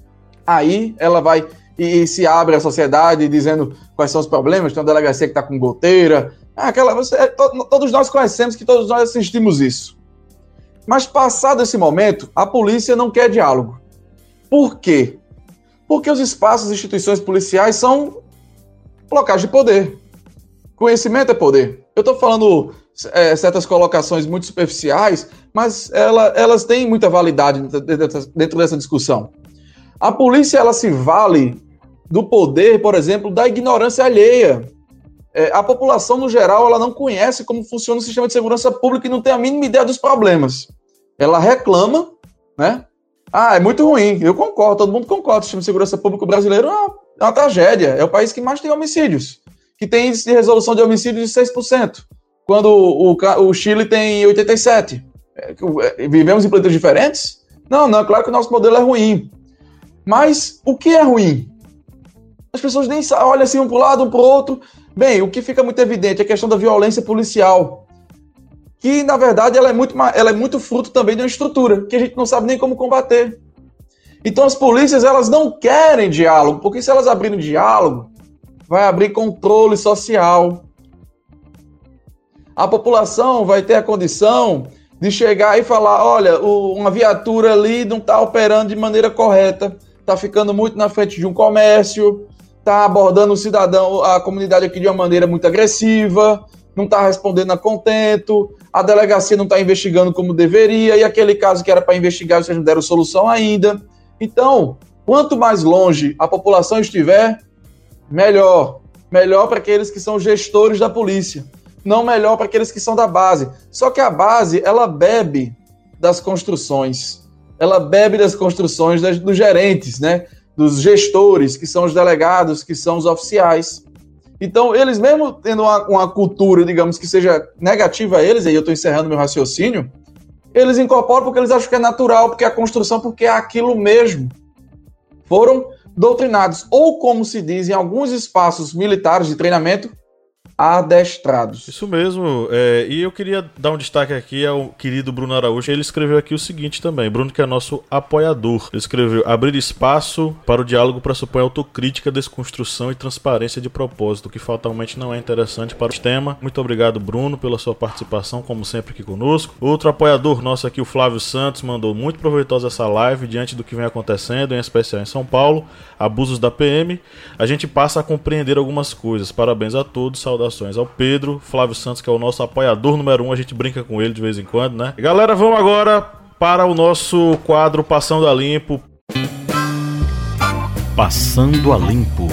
Aí ela vai e, e se abre à sociedade dizendo quais são os problemas. Tem uma delegacia que está com goteira. Aquela, você, to, todos nós conhecemos que todos nós assistimos isso. Mas passado esse momento, a polícia não quer diálogo. Por quê? Porque os espaços e instituições policiais são locais de poder. Conhecimento é poder. Eu estou falando é, certas colocações muito superficiais, mas ela, elas têm muita validade dentro dessa discussão. A polícia, ela se vale do poder, por exemplo, da ignorância alheia. É, a população, no geral, ela não conhece como funciona o sistema de segurança pública e não tem a mínima ideia dos problemas. Ela reclama, né? Ah, é muito ruim. Eu concordo, todo mundo concorda. O sistema de segurança pública brasileiro é uma, é uma tragédia. É o país que mais tem homicídios, que tem índice de resolução de homicídios de seis por cento, quando o, o, o Chile tem oitenta e sete por cento. É, vivemos em planetas diferentes? Não, não, é claro que o nosso modelo é ruim. Mas o que é ruim? As pessoas nem olham assim um para o lado, um para o outro. Bem, o que fica muito evidente é a questão da violência policial, que, na verdade, ela é, muito, ela é muito fruto também de uma estrutura, que a gente não sabe nem como combater. Então, as polícias, elas não querem diálogo, porque se elas abrirem diálogo, vai abrir controle social. A população vai ter a condição de chegar e falar, olha, o, uma viatura ali não está operando de maneira correta, está ficando muito na frente de um comércio, está abordando o cidadão, a comunidade aqui de uma maneira muito agressiva, não está respondendo a contento, a delegacia não está investigando como deveria, e aquele caso que era para investigar, vocês não deram solução ainda. Então, quanto mais longe a população estiver, melhor. Melhor para aqueles que são gestores da polícia, não melhor para aqueles que são da base. Só que a base, ela bebe das construções, ela bebe das construções das, dos gerentes, né? Dos gestores, que são os delegados, que são os oficiais. Então, eles mesmo tendo uma, uma cultura, digamos, que seja negativa a eles, aí eu estou encerrando meu raciocínio, eles incorporam porque eles acham que é natural, porque é a construção, porque é aquilo mesmo. Foram doutrinados, ou como se diz em alguns espaços militares de treinamento, adestrados. Isso mesmo, é, e eu queria dar um destaque aqui ao querido Bruno Araújo. Ele escreveu aqui o seguinte também, Bruno, que é nosso apoiador. Ele escreveu: abrir espaço para o diálogo pressupõe autocrítica, desconstrução e transparência de propósito, que fatalmente não é interessante para o sistema. Muito obrigado, Bruno, pela sua participação, como sempre aqui conosco. Outro apoiador nosso aqui, o Flávio Santos, mandou: muito proveitosa essa live, diante do que vem acontecendo, em especial em São Paulo, abusos da P M, a gente passa a compreender algumas coisas. Parabéns a todos, saudações ao Pedro. Flávio Santos, que é o nosso apoiador número um, a gente brinca com ele de vez em quando, né? E galera, vamos agora para o nosso quadro Passando a Limpo. Passando a Limpo.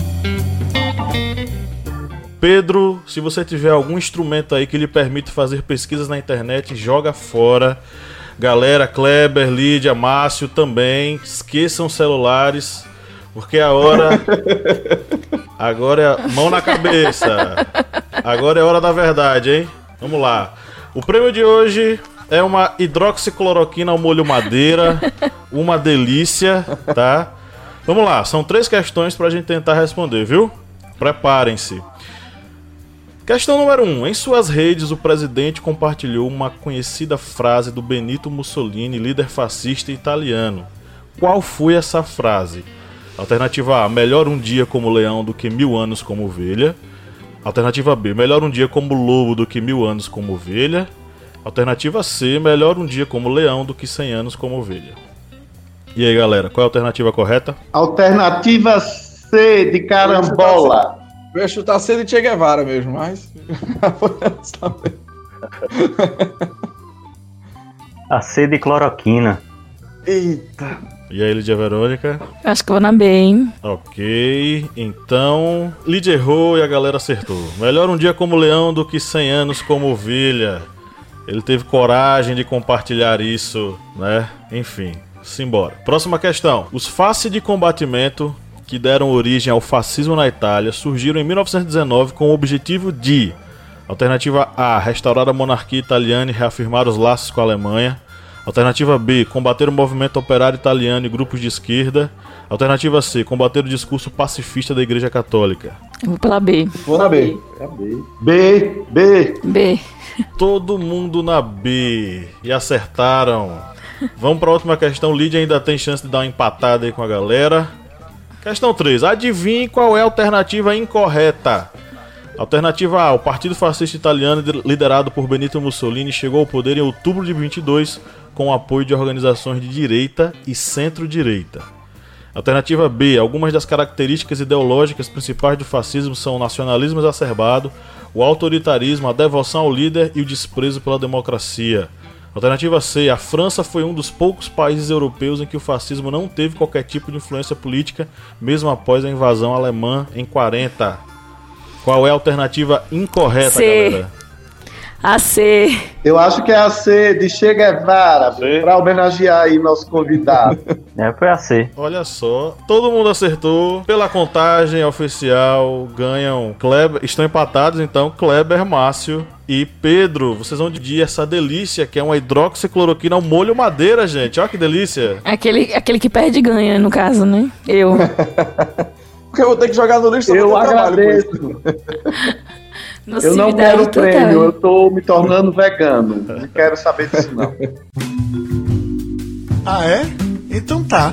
Pedro, se você tiver algum instrumento aí que lhe permita fazer pesquisas na internet, joga fora. Galera, Kleber, Lídia, Márcio também, esqueçam celulares, porque a hora... Agora é mão na cabeça. Agora é hora da verdade, hein? Vamos lá. O prêmio de hoje é uma hidroxicloroquina ao molho madeira. Uma delícia, tá? Vamos lá, são três questões pra gente tentar responder, viu? Preparem-se. Questão número um. Em suas redes, o presidente compartilhou uma conhecida frase do Benito Mussolini, líder fascista italiano. Qual foi essa frase? Alternativa A, melhor um dia como leão do que mil anos como ovelha. Alternativa B, melhor um dia como lobo do que mil anos como ovelha. Alternativa C, melhor um dia como leão do que cem anos como ovelha. E aí, galera, qual é a alternativa correta? Alternativa C, de carambola. Eu ia chutar C de Che Guevara mesmo, mas... A C de cloroquina. Eita... E aí, Lídia Verônica? Acho que eu vou na B, hein? Ok, então... Lídia errou e a galera acertou. Melhor um dia como leão do que cem anos como ovelha. Ele teve coragem de compartilhar isso, né? Enfim, simbora. Próxima questão. Os fasci de combatimento que deram origem ao fascismo na Itália surgiram em mil novecentos e dezenove com o objetivo de... Alternativa A, restaurar a monarquia italiana e reafirmar os laços com a Alemanha. Alternativa B, combater o movimento operário italiano e grupos de esquerda. Alternativa C, combater o discurso pacifista da Igreja Católica. Eu vou pela B. Vou na B. B, B. B. Todo mundo na B. E acertaram. Vamos para a última questão. Lídia ainda tem chance de dar uma empatada aí com a galera. Questão três. Adivinhe qual é a alternativa incorreta. Alternativa A. O Partido Fascista Italiano, liderado por Benito Mussolini, chegou ao poder em outubro de vinte e dois com o apoio de organizações de direita e centro-direita. Alternativa B. Algumas das características ideológicas principais do fascismo são o nacionalismo exacerbado, o autoritarismo, a devoção ao líder e o desprezo pela democracia. Alternativa C. A França foi um dos poucos países europeus em que o fascismo não teve qualquer tipo de influência política, mesmo após a invasão alemã em quarenta. Qual é a alternativa incorreta, C. galera? A C. Eu acho que é a C de Che Guevara, para homenagear aí nosso convidado. É, foi a C. Olha só, todo mundo acertou. Pela contagem oficial, ganham Kleber, estão empatados então Kleber, Márcio e Pedro. Vocês vão dividir essa delícia que é uma hidroxicloroquina ao molho madeira, gente. Olha que delícia. Aquele, aquele que perde ganha, no caso, né? Eu. Porque eu vou ter que jogar no lixo. Eu vou ter trabalho com agradeço. isso. Eu não quero prêmio, eu tô me tornando vegano. Não quero saber disso, não. Ah, é? Então tá.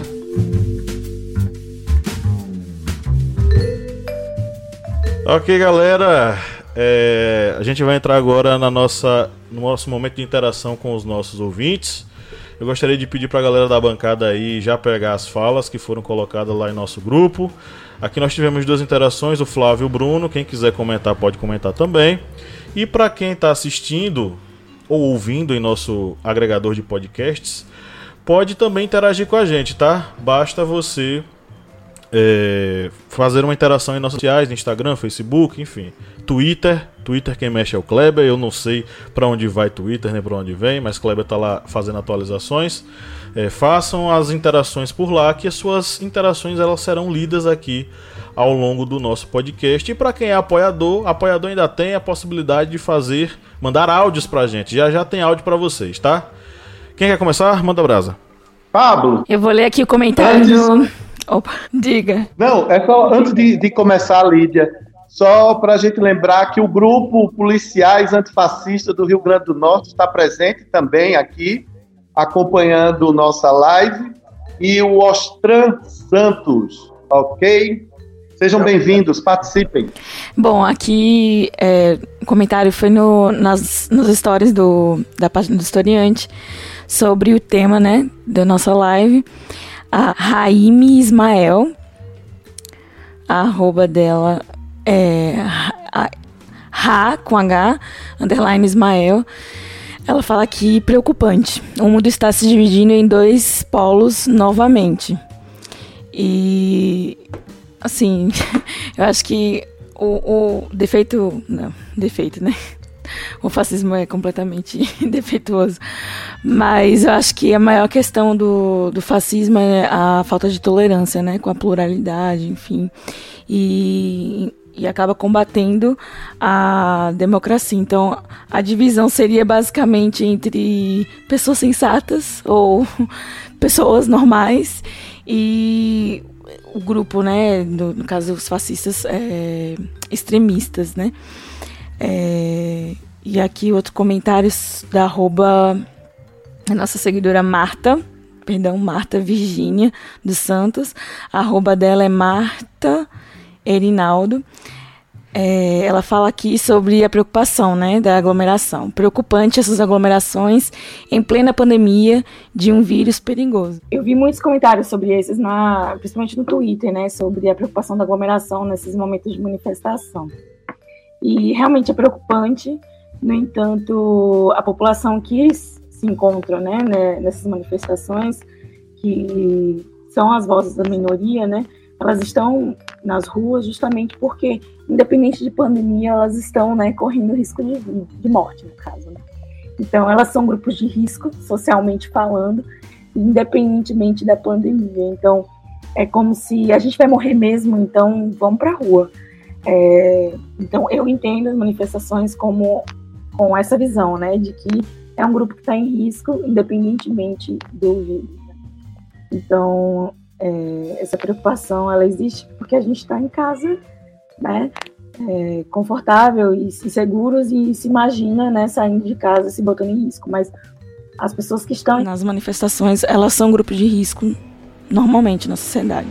Ok, galera. É, a gente vai entrar agora na nossa, no nosso momento de interação com os nossos ouvintes. Eu gostaria de pedir pra galera da bancada aí já pegar as falas que foram colocadas lá em nosso grupo. Aqui nós tivemos duas interações, o Flávio e o Bruno. Quem quiser comentar pode comentar também. E para quem está assistindo ou ouvindo em nosso agregador de podcasts, pode também interagir com a gente, tá? Basta você é, fazer uma interação em nossas redes sociais, Instagram, Facebook, enfim. Twitter, Twitter quem mexe é o Kleber. Eu não sei para onde vai Twitter, nem para onde vem, mas Kleber tá lá fazendo atualizações. É, façam as interações por lá, que as suas interações elas serão lidas aqui ao longo do nosso podcast. E para quem é apoiador, apoiador ainda tem a possibilidade de fazer, mandar áudios pra gente. Já já tem áudio para vocês, tá? Quem quer começar? Manda brasa. Pablo. Eu vou ler aqui o comentário Antes... do... Opa, diga. Não, é só antes de, de começar, Lídia, só para a gente lembrar que o grupo Policiais Antifascistas do Rio Grande do Norte está presente também aqui, acompanhando nossa live, e o Ostran Santos, ok? Sejam bem-vindos, participem. Bom, aqui é, o comentário foi no, nas, nos stories do, da página do Historiante sobre o tema, né, da nossa live. A Raime Ismael, a arroba dela é Ra com H, underline Ismael. Ela fala que preocupante. O mundo está se dividindo em dois polos novamente. E, assim, eu acho que o, o defeito... Não, defeito, né? O fascismo é completamente defeituoso. Mas eu acho que a maior questão do, do fascismo é a falta de tolerância, né? Com a pluralidade, enfim. E... e acaba combatendo a democracia. Então, a divisão seria basicamente entre pessoas sensatas ou pessoas normais e o grupo, né, no, no caso os fascistas é, extremistas, né. É, e aqui outro comentário da arroba a nossa seguidora Marta, perdão, Marta Virgínia dos Santos. A arroba dela é Marta Erinaldo. É, ela fala aqui sobre a preocupação, né, da aglomeração. Preocupante essas aglomerações em plena pandemia de um vírus perigoso. Eu vi muitos comentários sobre esses, na, principalmente no Twitter, né, sobre a preocupação da aglomeração nesses momentos de manifestação. E realmente é preocupante. No entanto, a população que se encontra, né, nessas manifestações, que são as vozes da minoria, né? Elas estão nas ruas justamente porque, independente de pandemia, elas estão, né, correndo risco de, de morte, no caso, né? Então, elas são grupos de risco, socialmente falando, independentemente da pandemia. Então, é como se a gente vai morrer mesmo, então vamos para a rua. É, então, eu entendo as manifestações como com essa visão, né, de que é um grupo que está em risco, independentemente do vírus. Então, é, essa preocupação, ela existe porque a gente está em casa, né, é, confortável e, e seguros e se imagina, né, saindo de casa, se botando em risco. Mas as pessoas que estão nas manifestações, elas são grupo de risco normalmente na sociedade.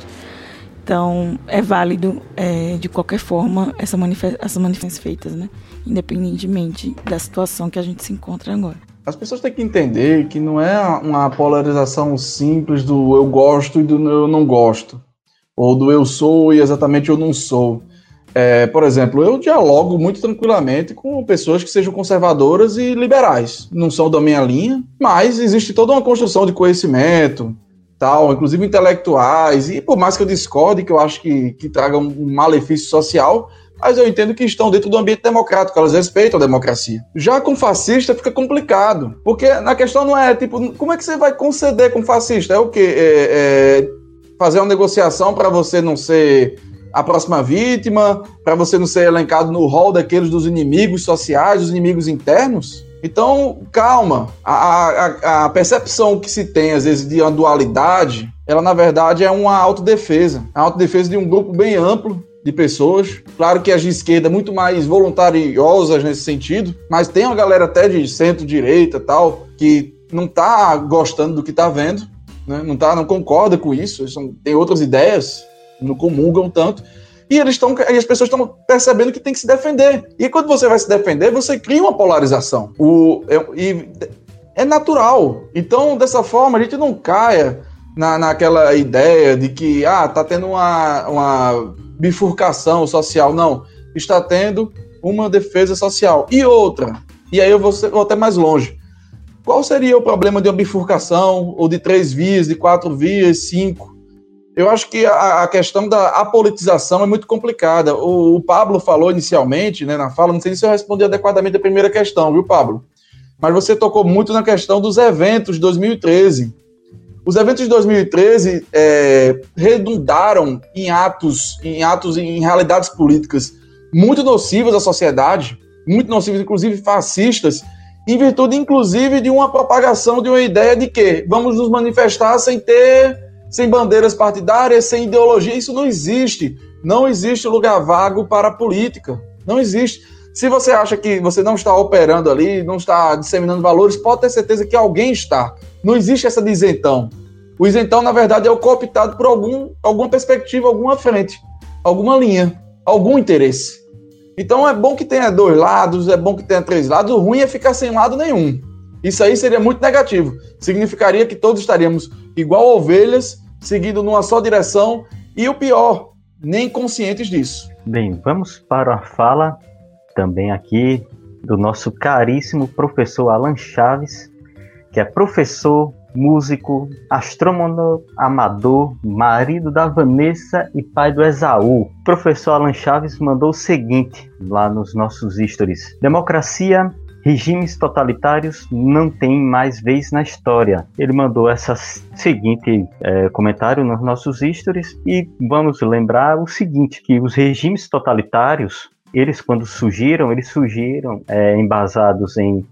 Então, é válido, é, de qualquer forma, essa manifest- essas manifestações feitas, né, independentemente da situação que a gente se encontra agora. As pessoas têm que entender que não é uma polarização simples do eu gosto e do eu não gosto, ou do eu sou e exatamente eu não sou. É, por exemplo, eu dialogo muito tranquilamente com pessoas que sejam conservadoras e liberais. Não são da minha linha, mas existe toda uma construção de conhecimento, tal, inclusive intelectuais, e por mais que eu discorde, que eu acho que, que traga um malefício social, mas eu entendo que estão dentro do ambiente democrático, elas respeitam a democracia. Já com fascista fica complicado, porque na questão não é, tipo, como é que você vai conceder com fascista? É o quê? É, é fazer uma negociação para você não ser a próxima vítima, para você não ser elencado no rol daqueles dos inimigos sociais, dos inimigos internos? Então, calma. A, a, a percepção que se tem, às vezes, de uma dualidade, ela, na verdade, é uma autodefesa. A autodefesa de um grupo bem amplo de pessoas. Claro que as de esquerda muito mais voluntariosas nesse sentido, mas tem uma galera até de centro-direita e tal, que não está gostando do que está vendo, né? não, tá, não concorda com isso, são, tem outras ideias, não comungam tanto, e eles estão, as pessoas estão percebendo que tem que se defender. E quando você vai se defender, você cria uma polarização. O, é, e é natural. Então, dessa forma, a gente não caia na, naquela ideia de que ah, tá tendo uma, uma bifurcação social. Não, está tendo uma defesa social. E outra, e aí eu vou, vou até mais longe. Qual seria o problema de uma bifurcação, ou de três vias, de quatro vias, cinco? Eu acho que a, a questão da apolitização é muito complicada. O, o Pablo falou inicialmente, né, na fala, não sei se eu respondi adequadamente a primeira questão, viu, Pablo? Mas você tocou muito na questão dos eventos de dois mil e treze. Os eventos de dois mil e treze é, redundaram em atos, em atos, em realidades políticas muito nocivas à sociedade, muito nocivas, inclusive fascistas, em virtude, inclusive, de uma propagação de uma ideia de que vamos nos manifestar sem ter... sem bandeiras partidárias, sem ideologia. Isso não existe. Não existe lugar vago para a política. Não existe. Se você acha que você não está operando ali, não está disseminando valores, pode ter certeza que alguém está. Não existe essa de isentão. O isentão, na verdade, é o cooptado por algum, alguma perspectiva, alguma frente, alguma linha, algum interesse. Então é bom que tenha dois lados, é bom que tenha três lados. O ruim é ficar sem lado nenhum. Isso aí seria muito negativo. Significaria que todos estaríamos igual ovelhas, seguindo numa só direção, e o pior, nem conscientes disso. Bem, vamos para a fala também aqui do nosso caríssimo professor Alan Chaves, que é professor, músico, astrônomo amador, marido da Vanessa e pai do Esaú. O professor Alan Chaves mandou o seguinte lá nos nossos stories: democracia, regimes totalitários não têm mais vez na história. Ele mandou esse seguinte é, comentário nos nossos stories, e vamos lembrar o seguinte, que os regimes totalitários, eles quando surgiram, eles surgiram é, embasados em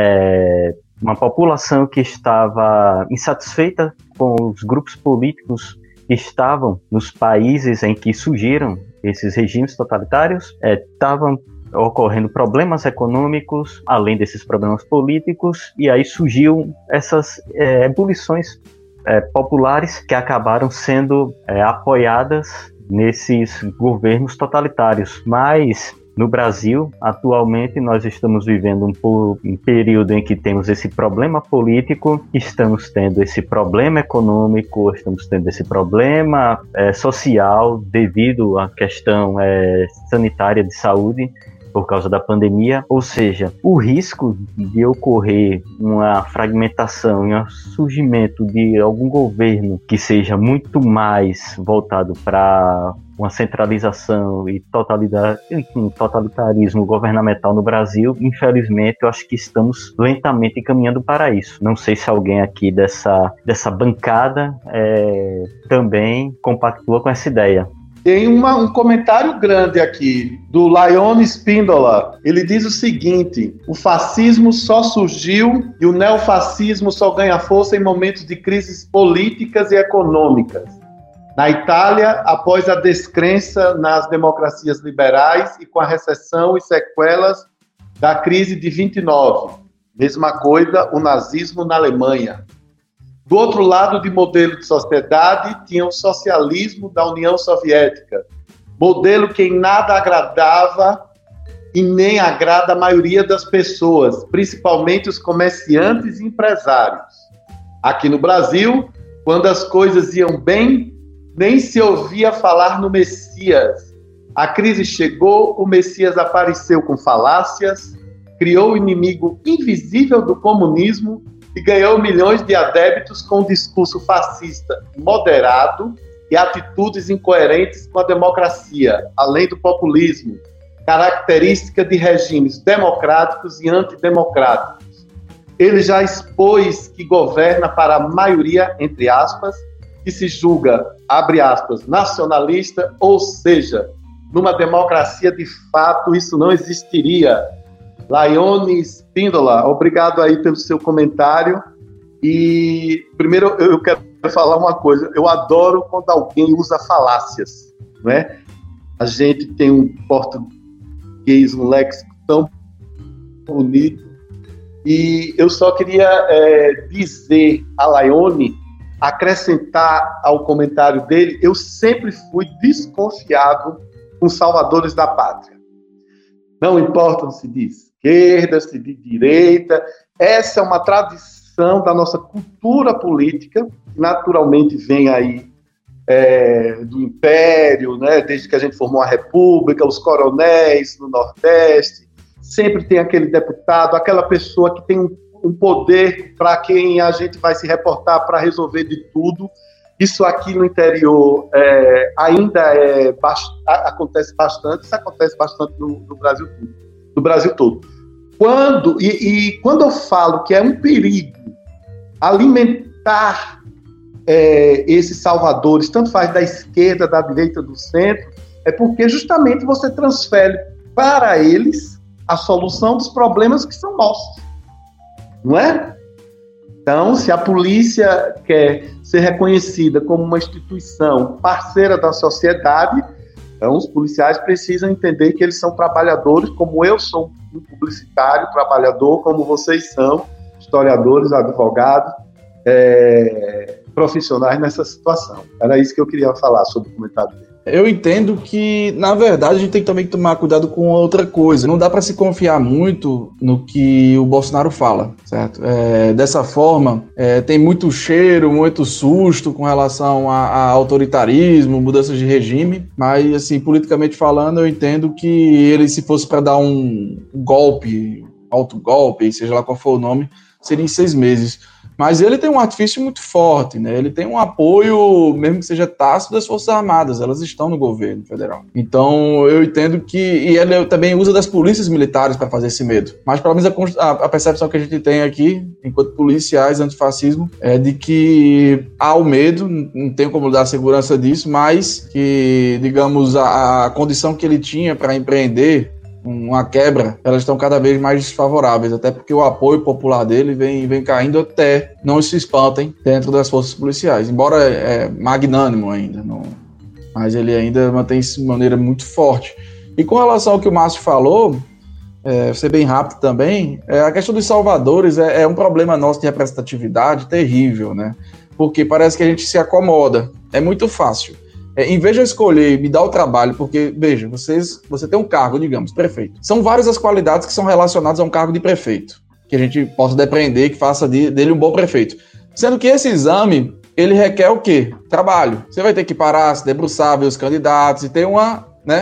é, uma população que estava insatisfeita com os grupos políticos que estavam nos países em que surgiram esses regimes totalitários, estavam é, ocorrendo problemas econômicos, além desses problemas políticos, e aí surgiu essas é, ebulições é, populares que acabaram sendo é, apoiadas nesses governos totalitários. Mas no Brasil, atualmente, nós estamos vivendo um, um período em que temos esse problema político, estamos tendo esse problema econômico, estamos tendo esse problema é, social devido à questão é, sanitária de saúde. por causa da pandemia, ou seja, o risco de ocorrer uma fragmentação e um surgimento de algum governo que seja muito mais voltado para uma centralização e totalidade, enfim, totalitarismo governamental no Brasil, infelizmente, eu acho que estamos lentamente caminhando para isso. Não sei se alguém aqui dessa, dessa bancada é, também compactua com essa ideia. Tem uma, um comentário grande aqui, do Lione Spindola. Ele diz o seguinte: o fascismo só surgiu e o neofascismo só ganha força em momentos de crises políticas e econômicas. Na Itália, após a descrença nas democracias liberais e com a recessão e sequelas da crise de vinte e nove. Mesma coisa o nazismo na Alemanha. Do outro lado de modelo de sociedade, tinha o socialismo da União Soviética, modelo que em nada agradava e nem agrada a maioria das pessoas, principalmente os comerciantes e empresários. Aqui no Brasil, quando as coisas iam bem, nem se ouvia falar no Messias. A crise chegou, o Messias apareceu com falácias, criou o inimigo invisível do comunismo e ganhou milhões de adeptos com um discurso fascista moderado e atitudes incoerentes com a democracia, além do populismo, característica de regimes democráticos e antidemocráticos. Ele já expôs que governa para a maioria, entre aspas, que se julga, abre aspas, nacionalista, ou seja, numa democracia de fato isso não existiria. Lione Spindola, obrigado aí pelo seu comentário. E primeiro eu quero falar uma coisa, eu adoro quando alguém usa falácias, não é? A gente tem um português, um léxico tão bonito, e eu só queria é, dizer a Lione, acrescentar ao comentário dele, eu sempre fui desconfiado com salvadores da pátria. Não importa se de esquerda, se de direita, essa é uma tradição da nossa cultura política, que naturalmente vem aí é, do Império, né? Desde que a gente formou a República, os coronéis no Nordeste, sempre tem aquele deputado, aquela pessoa que tem um um poder para quem a gente vai se reportar para resolver de tudo. Isso aqui no interior é, ainda é, acontece bastante, isso acontece bastante no, no, Brasil, no Brasil todo. Quando, e, e quando eu falo que é um perigo alimentar é, esses salvadores, tanto faz da esquerda, da direita, do centro, é porque justamente você transfere para eles a solução dos problemas que são nossos. Não é? Então, se a polícia quer ser reconhecida como uma instituição parceira da sociedade, então os policiais precisam entender que eles são trabalhadores, como eu sou um publicitário, trabalhador, como vocês são, historiadores, advogados, é, profissionais nessa situação. Era isso que eu queria falar sobre o comentário dele. Eu entendo que, na verdade, a gente tem que também tomar cuidado com outra coisa. Não dá para se confiar muito no que o Bolsonaro fala, certo? É, dessa forma, é, tem muito cheiro, muito susto com relação a, a autoritarismo, mudanças de regime, mas, assim, politicamente falando, eu entendo que ele, se fosse para dar um golpe, autogolpe, seja lá qual for o nome, seria em seis meses. Mas ele tem um artifício muito forte, né? Ele tem um apoio, mesmo que seja tácito, das Forças Armadas. Elas estão no governo federal. Então, eu entendo que... E ele também usa das polícias militares para fazer esse medo. Mas, pelo menos, a, a percepção que a gente tem aqui, enquanto policiais antifascismo, é de que há o medo, não tem como dar segurança disso, mas que, digamos, a, a condição que ele tinha para empreender uma quebra, elas estão cada vez mais desfavoráveis, até porque o apoio popular dele vem, vem caindo até, não se espantem, dentro das forças policiais, embora é magnânimo ainda, não, mas ele ainda mantém-se de maneira muito forte. E com relação ao que o Márcio falou, é, ser bem rápido também, é, a questão dos salvadores é, é um problema nosso de representatividade terrível, né? Porque parece que a gente se acomoda, é muito fácil. É, em vez de eu escolher me dar o trabalho, porque, veja, vocês, você tem um cargo, digamos, prefeito. São várias as qualidades que são relacionadas a um cargo de prefeito, que a gente possa depreender, que faça de, dele um bom prefeito. Sendo que esse exame, ele requer o quê? Trabalho. Você vai ter que parar, se debruçar, ver os candidatos e ter uma, né,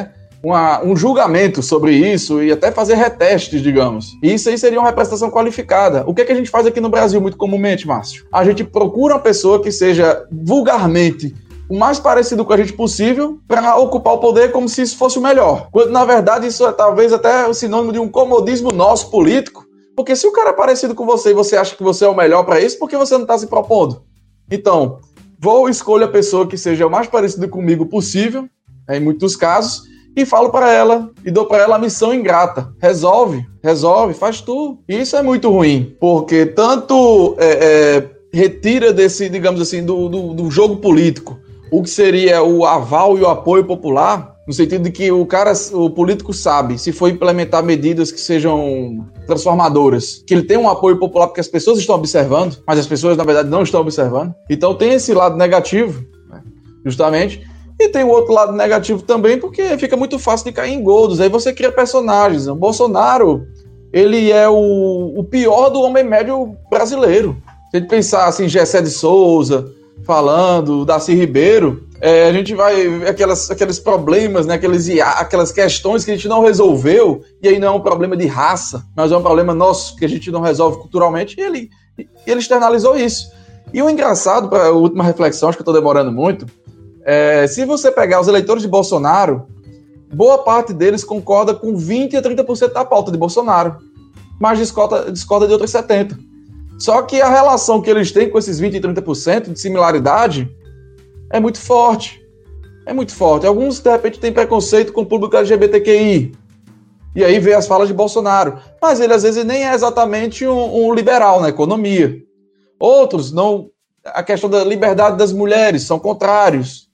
uma, um julgamento sobre isso e até fazer retestes, digamos. E isso aí seria uma representação qualificada. O que é que a gente faz aqui no Brasil muito comumente, Márcio? A gente procura uma pessoa que seja vulgarmente o mais parecido com a gente possível para ocupar o poder como se isso fosse o melhor. Quando, na verdade, isso é talvez até o sinônimo de um comodismo nosso político, porque se o cara é parecido com você e você acha que você é o melhor para isso, por que você não está se propondo? Então, vou escolher a pessoa que seja o mais parecido comigo possível, em muitos casos, e falo para ela, e dou para ela a missão ingrata. Resolve, resolve, faz tu. E isso é muito ruim, porque tanto é, é, retira desse, digamos assim, do, do, do jogo político, o que seria o aval e o apoio popular, no sentido de que o cara, o político sabe, se for implementar medidas que sejam transformadoras, que ele tem um apoio popular porque as pessoas estão observando, mas as pessoas, na verdade, não estão observando. Então tem esse lado negativo, né, justamente, e tem o outro lado negativo também, porque fica muito fácil de cair em engodos. Aí você cria personagens. O Bolsonaro, ele é o, o pior do homem médio brasileiro. Se a gente pensar assim, Gessé de Souza falando, Darcy Ribeiro, é, a gente vai ver aquelas, aqueles problemas, né, aqueles, aquelas questões que a gente não resolveu, e aí não é um problema de raça, mas é um problema nosso que a gente não resolve culturalmente, e ele, ele externalizou isso. E o engraçado, para a última reflexão, acho que eu estou demorando muito, é, se você pegar os eleitores de Bolsonaro, boa parte deles concorda com vinte a trinta por cento da pauta de Bolsonaro, mas discorda, discorda de outros setenta por cento. Só que a relação que eles têm com esses vinte e trinta por cento de similaridade é muito forte. É muito forte. Alguns, de repente, têm preconceito com o público L G B T Q I. E aí vê as falas de Bolsonaro. Mas ele, às vezes, nem é exatamente um, um liberal na economia. Outros, não. A questão da liberdade das mulheres, são contrários.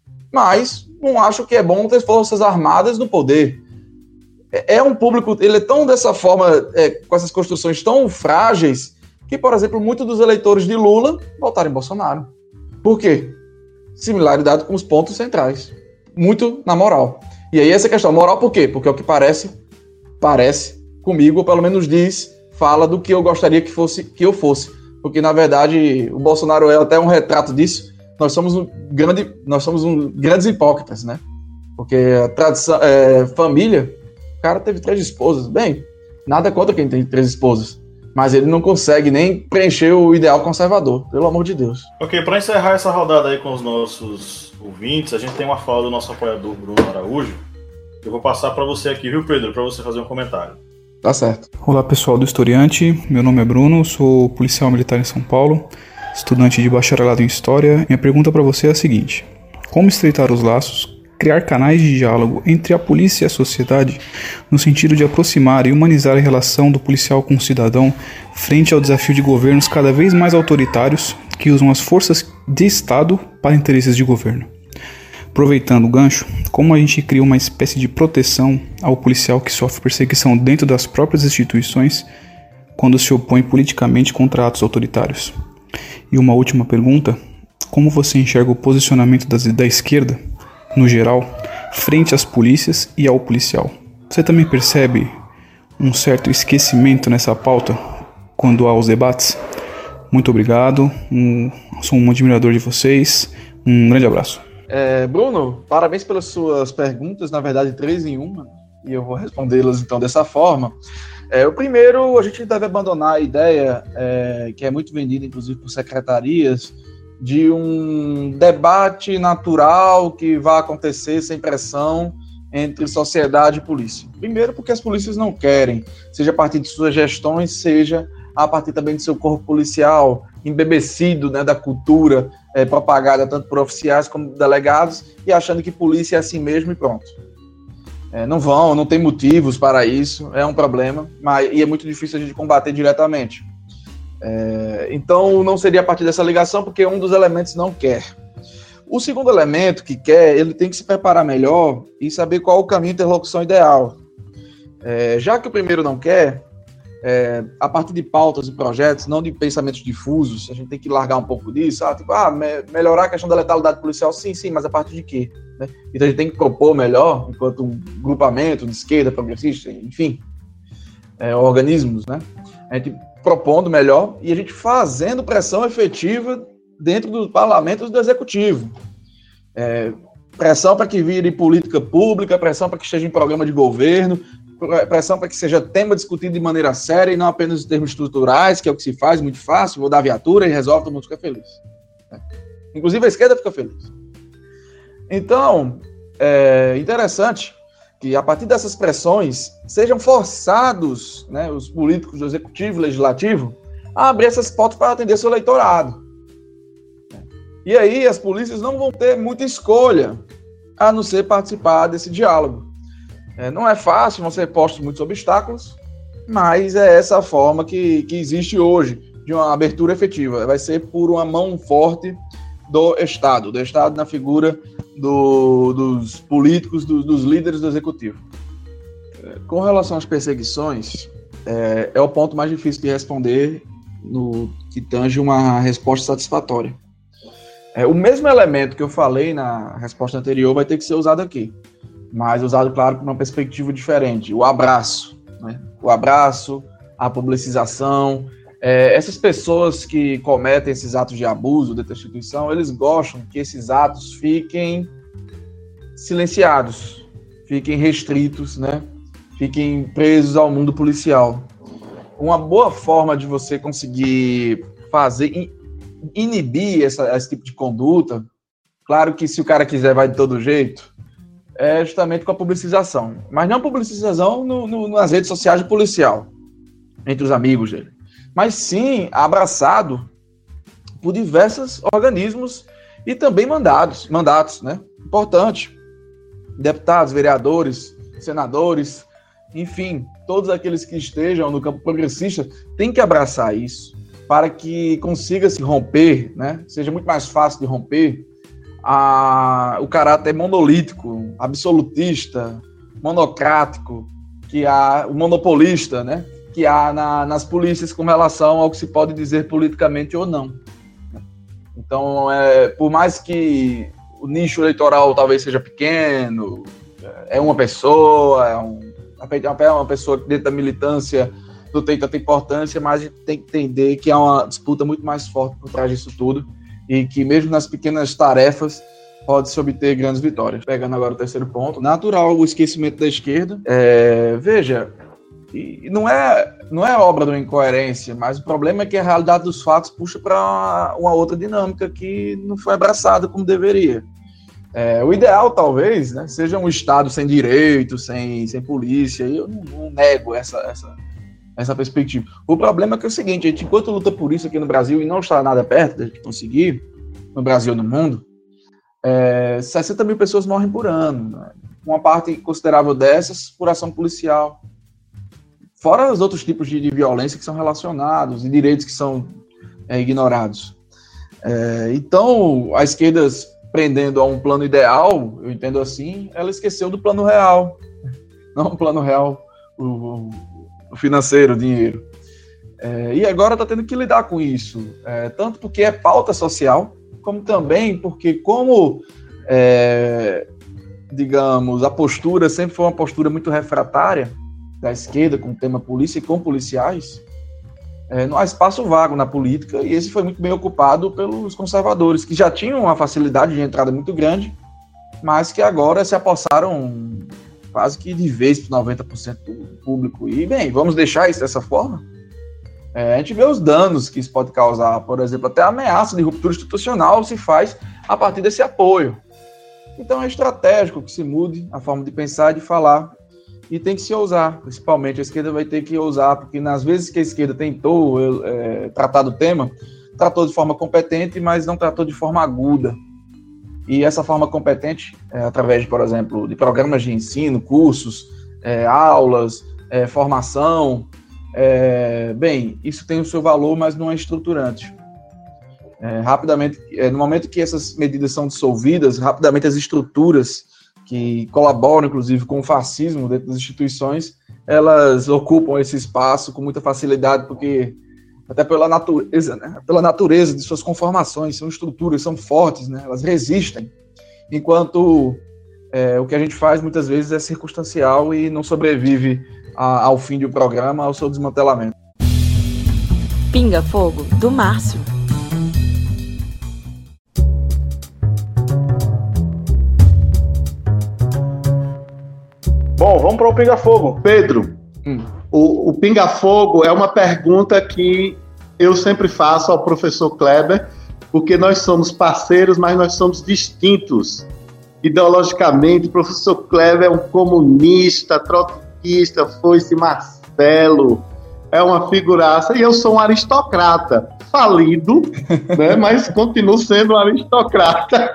Mas não acho que é bom ter forças armadas no poder. É, é um público, ele é tão dessa forma, é, com essas construções tão frágeis, que, por exemplo, muitos dos eleitores de Lula votaram em Bolsonaro. Por quê? Similaridade com os pontos centrais. Muito na moral. E aí essa questão, moral por quê? Porque é o que parece, parece comigo, ou pelo menos diz, fala do que eu gostaria que, fosse, que eu fosse. Porque, na verdade, o Bolsonaro é até um retrato disso. Nós somos, um grande, nós somos um, grandes hipócritas, né? Porque a tradição, é, família, o cara teve três esposas. Bem, nada contra quem tem três esposas. Mas ele não consegue nem preencher o ideal conservador, pelo amor de Deus. Ok, para encerrar essa rodada aí com os nossos ouvintes, a gente tem uma fala do nosso apoiador Bruno Araújo. Eu vou passar para você aqui, viu, Pedro, para você fazer um comentário. Tá certo. Olá, pessoal do Historiante. Meu nome é Bruno, sou policial militar em São Paulo, estudante de bacharelado em História. Minha pergunta para você é a seguinte: como estreitar os laços, criar canais de diálogo entre a polícia e a sociedade, no sentido de aproximar e humanizar a relação do policial com o cidadão frente ao desafio de governos cada vez mais autoritários que usam as forças de Estado para interesses de governo? Aproveitando o gancho, como a gente cria uma espécie de proteção ao policial que sofre perseguição dentro das próprias instituições quando se opõe politicamente contra atos autoritários? E uma última pergunta: como você enxerga o posicionamento das, da esquerda, no geral, frente às polícias e ao policial? Você também percebe um certo esquecimento nessa pauta quando há os debates? Muito obrigado, um, sou um admirador de vocês, um grande abraço. É, Bruno, parabéns pelas suas perguntas, na verdade três em uma, e eu vou respondê-las então dessa forma. É, o primeiro, a gente deve abandonar a ideia, é, que é muito vendida inclusive por secretarias, de um debate natural que vai acontecer sem pressão entre sociedade e polícia. Primeiro, porque as polícias não querem, seja a partir de suas gestões, seja a partir também do seu corpo policial, embebecido, né, da cultura é, propagada tanto por oficiais como delegados, e achando que polícia é assim mesmo e pronto. É, não vão, não tem motivos para isso, é um problema, mas, e é muito difícil a gente combater diretamente. É, então não seria a partir dessa ligação, porque um dos elementos não quer. O segundo elemento que quer, ele tem que se preparar melhor e saber qual é o caminho de interlocução ideal. É, já que o primeiro não quer, é, a partir de pautas e projetos, não de pensamentos difusos, a gente tem que largar um pouco disso. Ah, tipo, ah me- melhorar a questão da letalidade policial, sim, sim, mas a partir de quê? Né? Então a gente tem que propor melhor, enquanto um grupamento de esquerda, progressista, enfim, é, organismos, né? A gente propondo melhor e a gente fazendo pressão efetiva dentro do parlamento e do executivo. É, pressão para que vire política pública, pressão para que esteja em programa de governo, pressão para que seja tema discutido de maneira séria e não apenas em termos estruturais, que é o que se faz muito fácil, vou dar viatura e resolve, todo mundo fica feliz. Inclusive a esquerda fica feliz. Então, é interessante que a partir dessas pressões sejam forçados, né, os políticos do executivo e legislativo a abrir essas pautas para atender seu eleitorado. E aí as polícias não vão ter muita escolha a não ser participar desse diálogo. É, não é fácil, vão ser postos muitos obstáculos, mas é essa a forma que, que existe hoje de uma abertura efetiva. Vai ser por uma mão forte do Estado, do Estado na figura do, dos políticos, do, dos líderes do Executivo. É, com relação às perseguições, é, é o ponto mais difícil de responder no que tange uma resposta satisfatória. É, o mesmo elemento que eu falei na resposta anterior vai ter que ser usado aqui, mas usado, claro, com uma perspectiva diferente. O abraço, né? O abraço, a publicização. É, essas pessoas que cometem esses atos de abuso, de prostituição, eles gostam que esses atos fiquem silenciados, fiquem restritos, né? Fiquem presos ao mundo policial. Uma boa forma de você conseguir fazer, inibir essa, esse tipo de conduta, claro que se o cara quiser vai de todo jeito, é justamente com a publicização. Mas não publicização no, no, nas redes sociais do policial, entre os amigos dele. Mas sim abraçado por diversos organismos e também mandados, mandatos, né? Importante. Deputados, vereadores, senadores, enfim, todos aqueles que estejam no campo progressista têm que abraçar isso para que consiga se romper, né? Seja muito mais fácil de romper A, o caráter monolítico, absolutista, monocrático, que há, o monopolista, né, que há na, nas polícias com relação ao que se pode dizer politicamente ou não. Então, é, por mais que o nicho eleitoral talvez seja pequeno, é uma pessoa, é, um, é uma pessoa que dentro da militância não tem tanta importância, mas a gente tem que entender que há uma disputa muito mais forte por trás disso tudo, e que mesmo nas pequenas tarefas pode-se obter grandes vitórias. Pegando agora o terceiro ponto, natural o esquecimento da esquerda. É, veja, e não é, não é obra de uma incoerência, mas o problema é que a realidade dos fatos puxa para uma outra dinâmica que não foi abraçada como deveria. É, o ideal, talvez, né, seja um Estado sem direito, sem, sem polícia, e eu não, não nego essa, essa, essa perspectiva. O problema é que é o seguinte, a gente, enquanto luta por isso aqui no Brasil, e não está nada perto de conseguir, no Brasil e no mundo, é, sessenta mil pessoas morrem por ano, né? Uma parte considerável dessas por ação policial. Fora os outros tipos de, de violência que são relacionados, e direitos que são é, ignorados. É, então, a esquerda prendendo a um plano ideal, eu entendo assim, ela esqueceu do plano real. Não o plano real, o, o financeiro, o dinheiro. É, e agora está tendo que lidar com isso, é, tanto porque é pauta social, como também porque, como, é, digamos, a postura sempre foi uma postura muito refratária da esquerda com o tema polícia e com policiais, é, não há espaço vago na política, e esse foi muito bem ocupado pelos conservadores, que já tinham uma facilidade de entrada muito grande, mas que agora se apossaram quase que de vez para noventa por cento do público. E, bem, vamos deixar isso dessa forma? É, a gente vê os danos que isso pode causar, por exemplo, até a ameaça de ruptura institucional se faz a partir desse apoio. Então é estratégico que se mude a forma de pensar e de falar, e tem que se ousar, principalmente a esquerda vai ter que ousar, porque nas vezes que a esquerda tentou é, tratar do tema, tratou de forma competente, mas não tratou de forma aguda. E essa forma competente, é, através, por exemplo, de programas de ensino, cursos, é, aulas, é, formação, é, bem, isso tem o seu valor, mas não é estruturante. É, rapidamente, é, no momento que essas medidas são dissolvidas, rapidamente as estruturas que colaboram, inclusive, com o fascismo dentro das instituições, elas ocupam esse espaço com muita facilidade, porque até pela natureza, né? Pela natureza de suas conformações, são estruturas, são fortes, né? Elas resistem, enquanto é, o que a gente faz muitas vezes é circunstancial e não sobrevive a, ao fim de um programa, ao seu desmantelamento. Pinga Fogo, do Márcio. Bom, vamos para o pinga-fogo. Pedro, hum. o, o pinga-fogo é uma pergunta que eu sempre faço ao professor Kleber, porque nós somos parceiros, mas nós somos distintos. Ideologicamente, o professor Kleber é um comunista, trotskista, foi-se Marcelo, é uma figuraça, e eu sou um aristocrata, falido, né, mas continuo sendo um aristocrata.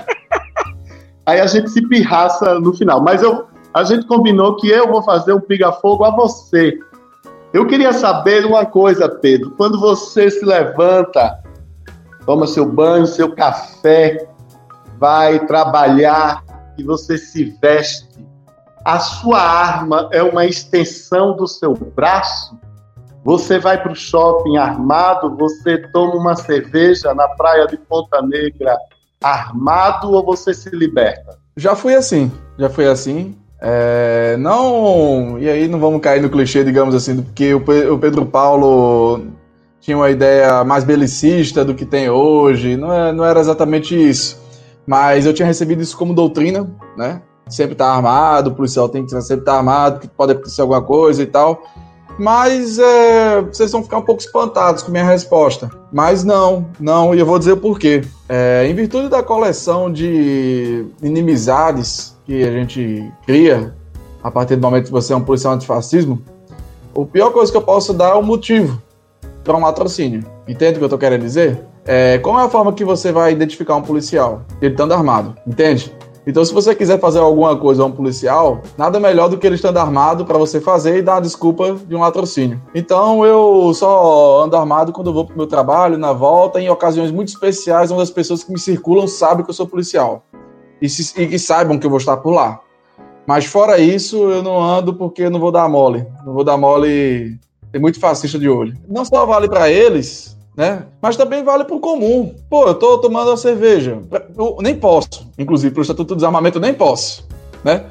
Aí a gente se pirraça no final, mas eu, a gente combinou que eu vou fazer um pinga-fogo a você. Eu queria saber uma coisa, Pedro, quando você se levanta, toma seu banho, seu café, vai trabalhar e você se veste, a sua arma é uma extensão do seu braço? Você vai para o shopping armado, você toma uma cerveja na praia de Ponta Negra armado ou você se liberta? Já fui assim, já fui assim. É, não, e aí não vamos cair no clichê, digamos assim, porque o Pedro Paulo tinha uma ideia mais belicista do que tem hoje, não, é, não era exatamente isso. Mas eu tinha recebido isso como doutrina, né? Sempre tá armado, o policial tem que sempre estar armado, que pode acontecer alguma coisa e tal. Mas é, vocês vão ficar um pouco espantados com a minha resposta. Mas não, não, e eu vou dizer o porquê. É, em virtude da coleção de inimizades que a gente cria, a partir do momento que você é um policial antifascismo, a pior coisa que eu posso dar é o motivo para um latrocínio. Entende o que eu tô querendo dizer? É, como é a forma que você vai identificar um policial? Ele estando armado, entende? Então, se você quiser fazer alguma coisa a um policial, nada melhor do que ele estando armado para você fazer e dar a desculpa de um latrocínio. Então, eu só ando armado quando eu vou pro meu trabalho, na volta, em ocasiões muito especiais, onde as pessoas que me circulam sabem que eu sou policial. E, se, e que saibam que eu vou estar por lá. Mas, fora isso, eu não ando porque eu não vou dar mole. Não vou dar mole... Tem muito fascista de olho. Não só vale para eles, né? Mas também vale pro comum. Pô, eu tô tomando uma cerveja. Eu nem posso. Inclusive, pro Estatuto do Desarmamento, eu nem posso, né?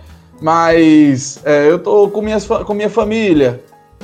Mas é, eu tô com, minhas, com minha família,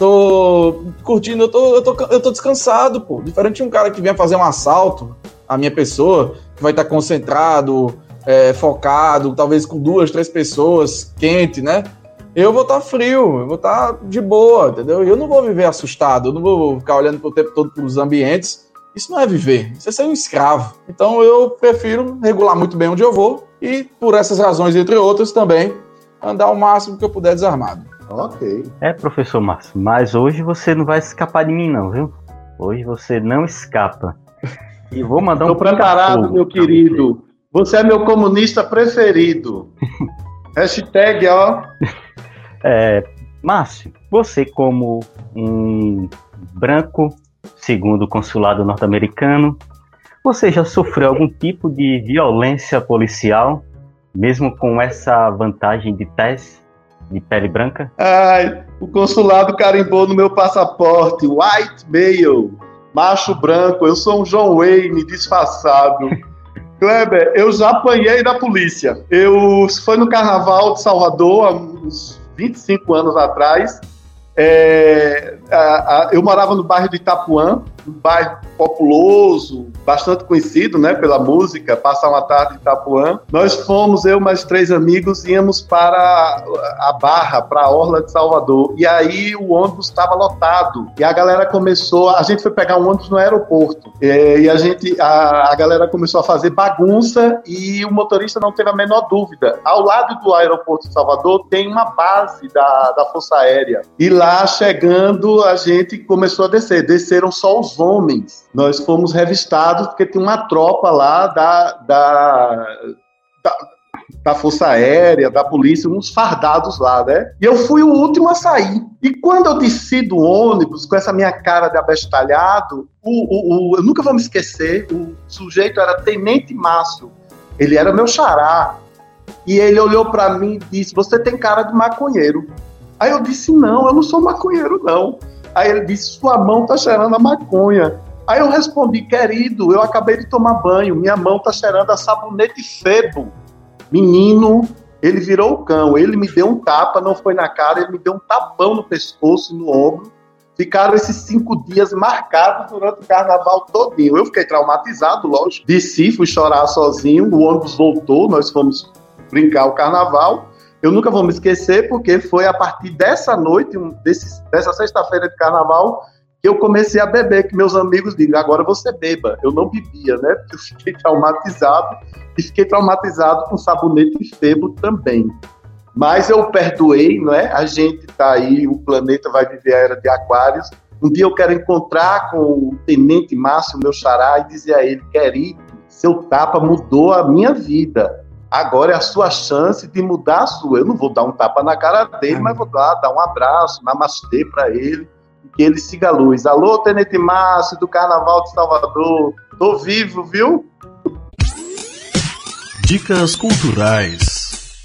tô curtindo, eu tô, eu, tô, eu tô descansado, pô. Diferente de um cara que vem fazer um assalto à minha pessoa, que vai estar concentrado, é, focado, talvez com duas, três pessoas, quente, né? Eu vou estar frio, eu vou estar de boa, entendeu? Eu não vou viver assustado, eu não vou ficar olhando o tempo todo para os ambientes. Isso não é viver, isso é ser um escravo. Então eu prefiro regular muito bem onde eu vou e, por essas razões, entre outras, também andar o máximo que eu puder desarmado. Ok. É, professor Márcio, mas hoje você não vai escapar de mim não, viu? Hoje você não escapa. E vou mandar um... Estou preparado, meu querido. Você é meu comunista preferido. Hashtag, ó... É, Márcio, você como um branco, segundo o consulado norte-americano, você já sofreu algum tipo de violência policial, mesmo com essa vantagem de teste de pele branca? Ai, o consulado carimbou no meu passaporte, white male, macho branco, eu sou um John Wayne disfarçado. Kleber, eu já apanhei da polícia. Eu foi no Carnaval de Salvador, há uns vinte e cinco anos atrás. É, a, a, eu morava no bairro de Itapuã, um bairro populoso, bastante conhecido, né, pela música, passar uma tarde em Itapuã. Nós fomos, eu e mais três amigos, íamos para a Barra, para a Orla de Salvador, e aí o ônibus estava lotado, e a galera começou, a gente foi pegar um ônibus no aeroporto, é, e a gente, a, a galera começou a fazer bagunça, e o motorista não teve a menor dúvida. Ao lado do aeroporto de Salvador tem uma base da, da Força Aérea, e lá chegando a gente começou a descer, desceram só os homens. Nós fomos revistados porque tem uma tropa lá da, da, da, da Força Aérea, da polícia, uns fardados lá, né? E eu fui o último a sair. E quando eu desci do ônibus, com essa minha cara de abestalhado, o, o, o, eu nunca vou me esquecer, o sujeito era Tenente Márcio. Ele era meu xará. E ele olhou pra mim e disse, você tem cara de maconheiro. Aí eu disse, não, eu não sou maconheiro, não. Aí ele disse, sua mão tá cheirando a maconha. Aí eu respondi, querido, eu acabei de tomar banho, minha mão tá cheirando a sabonete Febo. Menino, ele virou o cão, ele me deu um tapa, não foi na cara, ele me deu um tapão no pescoço, no ombro. Ficaram esses cinco dias marcados durante o carnaval todinho. Eu fiquei traumatizado, lógico. Desci, fui chorar sozinho, o ônibus voltou, nós fomos brincar o carnaval. eu nunca vou me esquecer, porque foi a partir dessa noite, um, desse, dessa sexta-feira de carnaval, que eu comecei a beber, que meus amigos dizem, agora você beba. Eu não bebia, né? Porque eu fiquei traumatizado, e fiquei traumatizado com sabonete e febo também. Mas eu perdoei, não é? A gente tá aí, o planeta vai viver a era de Aquários. Um dia eu quero encontrar com o Tenente Márcio, meu xará, e dizer a ele, querido, seu tapa mudou a minha vida. Agora é a sua chance de mudar a sua. Eu não vou dar um tapa na cara dele, mas vou dar, dar um abraço, namastê para ele, e que ele siga a luz. Alô, Tenente Márcio, do Carnaval de Salvador. Tô vivo, viu? Dicas culturais.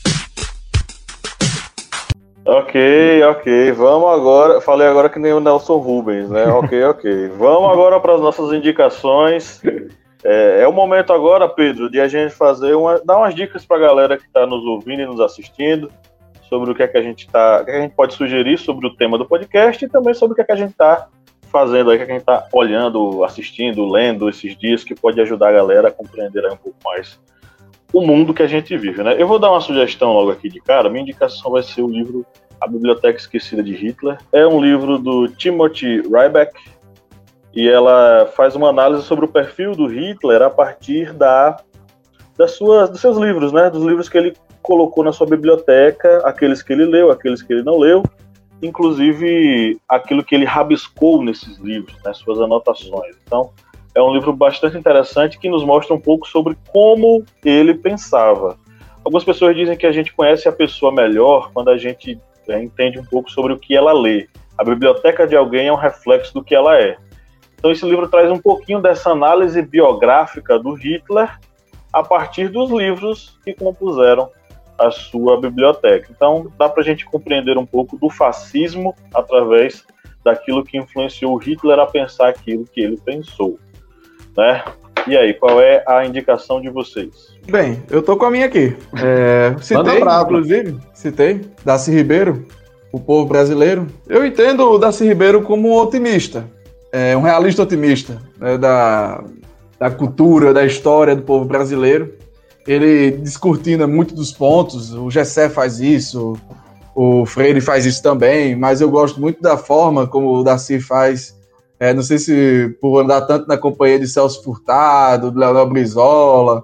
Ok, ok. Vamos agora. Falei agora que nem o Nelson Rubens, né? Ok, ok. Vamos agora para as nossas indicações. É, é o momento agora, Pedro, de a gente fazer uma, dar umas dicas para a galera que está nos ouvindo e nos assistindo sobre o que é que a gente tá, o que, é que a gente pode sugerir sobre o tema do podcast e também sobre o que é que a gente está fazendo aí, o que, é que a gente está olhando, assistindo, lendo esses dias que pode ajudar a galera a compreender aí um pouco mais o mundo que a gente vive, né? Eu vou dar uma sugestão logo aqui de cara. Minha indicação vai ser o livro A Biblioteca Esquecida de Hitler. É um livro do Timothy Ryback e ela faz uma análise sobre o perfil do Hitler a partir da, das suas, dos seus livros, né? Dos livros que ele colocou na sua biblioteca, aqueles que ele leu, aqueles que ele não leu, inclusive aquilo que ele rabiscou nesses livros, nas suas anotações. Então, é um livro bastante interessante que nos mostra um pouco sobre como ele pensava. Algumas pessoas dizem que a gente conhece a pessoa melhor quando a gente é, entende um pouco sobre o que ela lê. A biblioteca de alguém é um reflexo do que ela é. Então esse livro traz um pouquinho dessa análise biográfica do Hitler a partir dos livros que compuseram a sua biblioteca. Então dá para a gente compreender um pouco do fascismo através daquilo que influenciou Hitler a pensar aquilo que ele pensou, né? E aí, qual é a indicação de vocês? Bem, eu tô com a minha aqui. É, citei, inclusive, citei, Darcy Ribeiro, O Povo Brasileiro. Eu entendo o Darcy Ribeiro como um otimista, é, um realista otimista, né, da, da cultura, da história do povo brasileiro. Ele descortina muito dos pontos, o Gessé faz isso, o Freire faz isso também, mas eu gosto muito da forma como o Darcy faz. É, não sei se por andar tanto na companhia de Celso Furtado, do Leonel Brizola,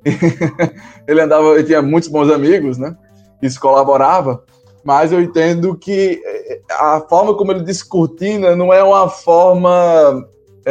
ele andava, ele tinha muitos bons amigos, né? Isso colaborava, mas eu entendo que a forma como ele descortina não é uma forma...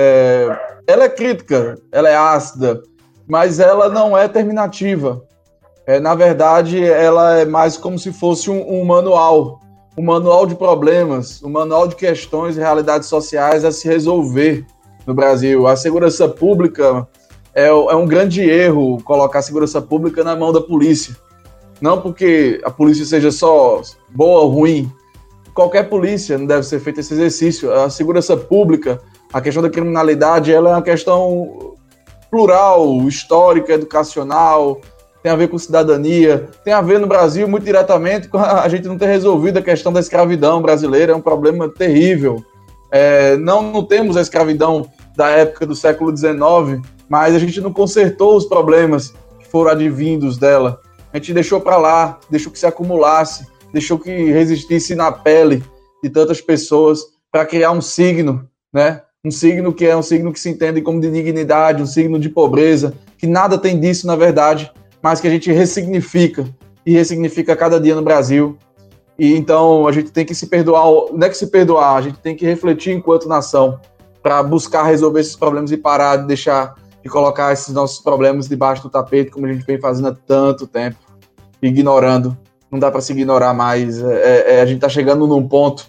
É, ela é crítica, ela é ácida, mas ela não é terminativa. É, na verdade, ela é mais como se fosse um, um manual, um manual de problemas, um manual de questões e realidades sociais a se resolver no Brasil. A segurança pública é, é um grande erro colocar a segurança pública na mão da polícia. Não porque a polícia seja só boa ou ruim. Qualquer polícia não deve ser feito esse exercício. A segurança pública, a questão da criminalidade, ela é uma questão plural, histórica, educacional, tem a ver com cidadania, tem a ver no Brasil muito diretamente com a gente não ter resolvido a questão da escravidão brasileira, é um problema terrível. É, não, não temos a escravidão da época do século dezenove, mas a gente não consertou os problemas que foram advindos dela. A gente deixou para lá, deixou que se acumulasse, deixou que resistisse na pele de tantas pessoas para criar um signo, né? Um signo que é um signo que se entende como de dignidade, um signo de pobreza, que nada tem disso na verdade, mas que a gente ressignifica, e ressignifica cada dia no Brasil. E então a gente tem que se perdoar, não é que se perdoar, a gente tem que refletir enquanto nação, para buscar resolver esses problemas e parar de deixar de colocar esses nossos problemas debaixo do tapete, como a gente vem fazendo há tanto tempo, ignorando. Não dá para se ignorar mais. É, é, a gente está chegando num ponto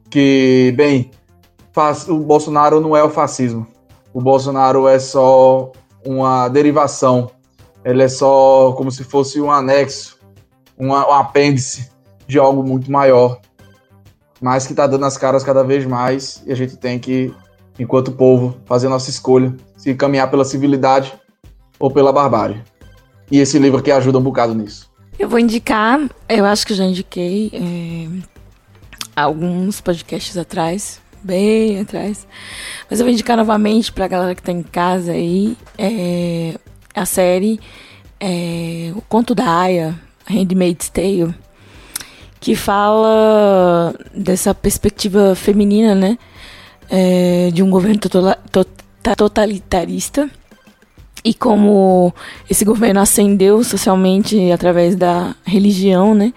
que, bem, faz, o Bolsonaro não é o fascismo. O Bolsonaro é só uma derivação. Ele é só como se fosse um anexo, um, um apêndice de algo muito maior, mas que está dando as caras cada vez mais, e a gente tem que, enquanto povo, fazer a nossa escolha, se caminhar pela civilidade ou pela barbárie. E esse livro aqui ajuda um bocado nisso. Eu vou indicar, eu acho que já indiquei é, alguns podcasts atrás, bem atrás, mas eu vou indicar novamente para a galera que está em casa aí, é, a série é, O Conto da Aia, Handmaid's Tale, que fala dessa perspectiva feminina, né? É, de um governo total, totalitarista e como esse governo ascendeu socialmente através da religião, né?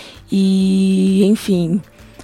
E, enfim,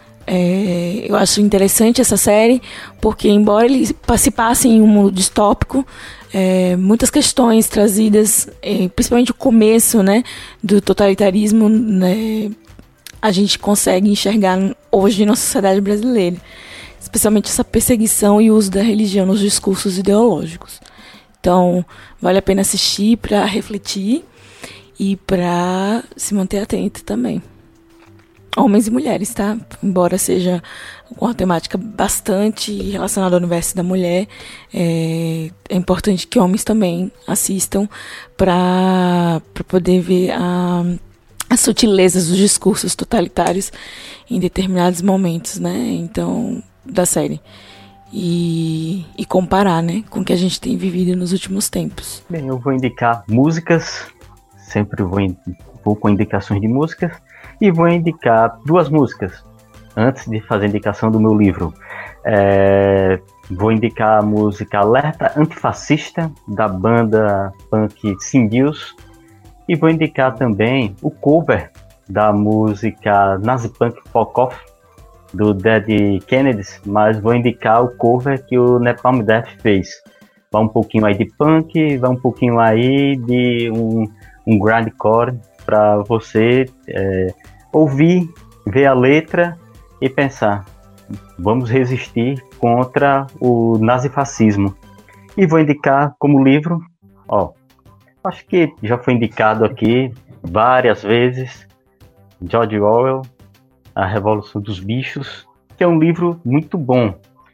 é, eu acho interessante essa série porque, embora ele se passe em um mundo distópico, é, muitas questões trazidas, é, principalmente o começo, né, do totalitarismo, né, a gente consegue enxergar hoje na sociedade brasileira, especialmente essa perseguição e uso da religião nos discursos ideológicos. Então, vale a pena assistir para refletir e para se manter atento também. Homens e mulheres, tá? Embora seja uma temática bastante relacionada ao universo da mulher, é, é importante que homens também assistam para poder ver a, as sutilezas dos discursos totalitários em determinados momentos, né? Então, da série. E, e comparar, né, com o que a gente tem vivido nos últimos tempos. Bem, eu vou indicar músicas, sempre vou, in, vou com indicações de músicas, e vou indicar duas músicas, antes de fazer a indicação do meu livro. É, vou indicar a música Alerta Antifascista, da banda punk Sindios, e vou indicar também o cover da música Nazi Punk Fuck Off, do Dead Kennedys, mas vou indicar o cover que o Napalm Death fez. Vai um pouquinho aí de punk, vai um pouquinho aí de um, um grindcore para você é, ouvir, ver a letra e pensar, vamos resistir contra o nazifascismo. E vou indicar como livro, ó, acho que já foi indicado aqui várias vezes, George Orwell, A Revolução dos Bichos, que é um livro muito bom,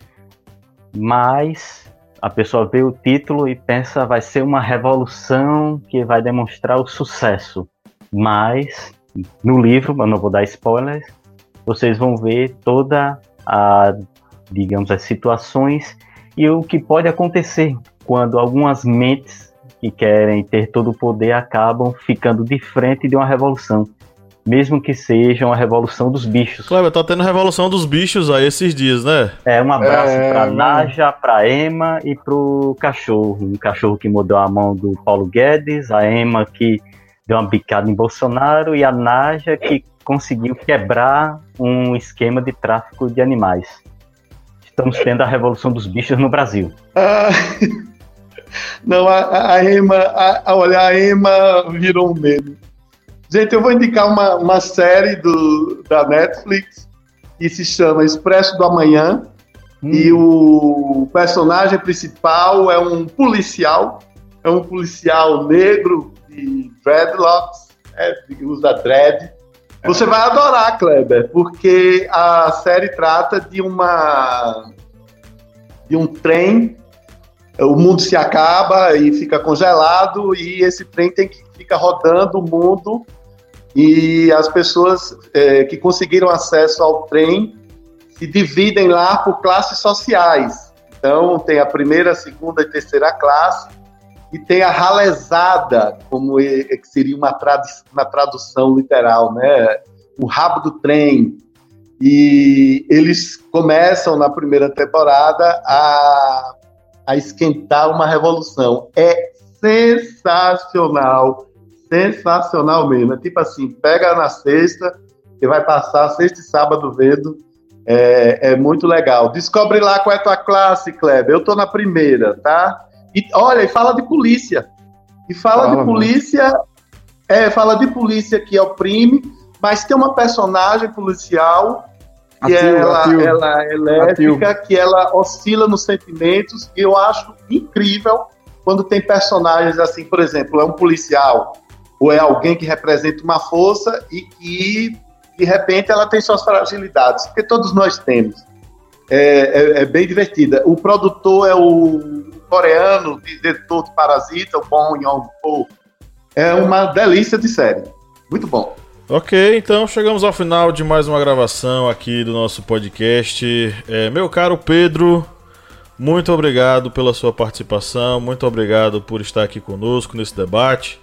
mas a pessoa vê o título e pensa vai ser uma revolução que vai demonstrar o sucesso, mas no livro, eu não vou dar spoilers, vocês vão ver toda a, digamos, as situações e o que pode acontecer quando algumas mentes que querem ter todo o poder acabam ficando de frente de uma revolução. Mesmo que seja uma revolução dos bichos. Cleber, tá tendo revolução dos bichos aí esses dias, né? É, um abraço é, pra mano. Naja, pra Emma e pro cachorro. Um cachorro que mudou a mão do Paulo Guedes, a Emma que deu uma bicada em Bolsonaro e a Naja que conseguiu quebrar um esquema de tráfico de animais. Estamos tendo a revolução dos bichos no Brasil. Ah, não, a, a Emma, a, a olhar a Emma virou um meme. Gente, eu vou indicar uma, uma série do, da Netflix que se chama Expresso do Amanhã. Hum. E o personagem principal é um policial, é um policial negro de dreadlocks, é, que usa dread. Você vai adorar, Kleber, porque a série trata de uma de um trem, o mundo se acaba e fica congelado e esse trem tem que fica rodando o mundo. E as pessoas é, que conseguiram acesso ao trem se dividem lá por classes sociais. Então, tem a primeira, a segunda e terceira classe, e tem a ralezada, como é, que seria uma, tradu- uma tradução literal, né? O rabo do trem. E eles começam, na primeira temporada, a, a esquentar uma revolução. É sensacional. Sensacional mesmo, é tipo assim, pega na sexta e vai passar sexta e sábado vendo, é, é muito legal. Descobre lá qual é a tua classe, Kleber, eu tô na primeira, tá? E olha, e fala de polícia, e fala, fala de polícia, mano. é, fala de polícia que oprime, mas tem uma personagem policial que Atil, ela, atil. ela é elétrica, Atil. que ela oscila nos sentimentos, e eu acho incrível quando tem personagens assim, por exemplo, é um policial, ou é alguém que representa uma força e que, de repente, ela tem suas fragilidades, porque todos nós temos. É, é, é bem divertida. O produtor é o coreano, diretor de Parasita, o Bong Joon-ho. É uma delícia de série. Muito bom. Ok, então chegamos ao final de mais uma gravação aqui do nosso podcast. É, meu caro Pedro, muito obrigado pela sua participação, muito obrigado por estar aqui conosco nesse debate.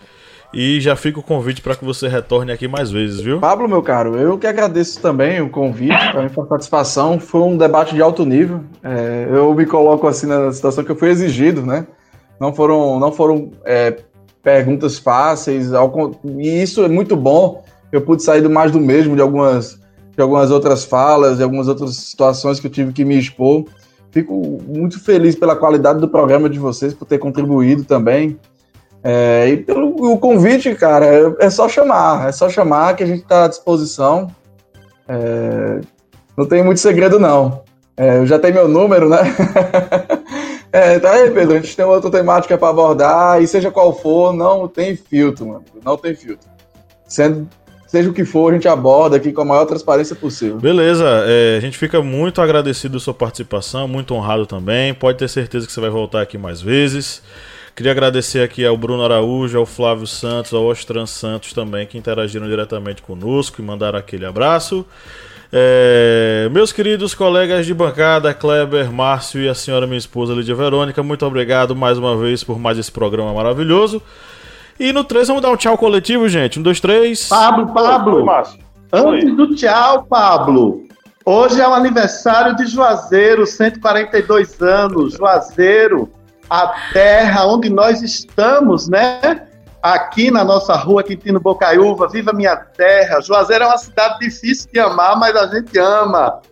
E já fica o convite para que você retorne aqui mais vezes, viu? Pablo, meu caro, eu que agradeço também o convite, para mim foi uma satisfação, foi um debate de alto nível, é, eu me coloco assim na situação que eu fui exigido, né? Não foram, não foram é, perguntas fáceis, ao, e isso é muito bom, eu pude sair do mais do mesmo de algumas, de algumas outras falas, de algumas outras situações que eu tive que me expor. Fico muito feliz pela qualidade do programa de vocês, por ter contribuído também. É, e pelo o convite, cara, é só chamar, é só chamar que a gente está à disposição. É, não tem muito segredo, não. É, eu já tenho meu número, né? É, tá aí, Pedro, a gente tem outra temática para abordar, e seja qual for, não tem filtro, mano. Não tem filtro. Sendo, seja o que for, a gente aborda aqui com a maior transparência possível. Beleza, é, a gente fica muito agradecido da sua participação, muito honrado também. Pode ter certeza que você vai voltar aqui mais vezes. Queria agradecer aqui ao Bruno Araújo, ao Flávio Santos, ao Ostran Santos também, que interagiram diretamente conosco e mandaram aquele abraço. É, meus queridos colegas de bancada, Kleber, Márcio e a senhora minha esposa Lídia Verônica, muito obrigado mais uma vez por mais esse programa maravilhoso. E no três vamos dar um tchau coletivo, gente. Um, dois, três. Pablo, Pablo. Oi, Márcio. Antes Oi. do tchau, Pablo. Hoje é o aniversário de Juazeiro, cento e quarenta e dois anos. Juazeiro, a terra onde nós estamos, né? Aqui na nossa rua, Quintino Bocaiúva, viva minha terra. Juazeiro é uma cidade difícil de amar, mas a gente ama.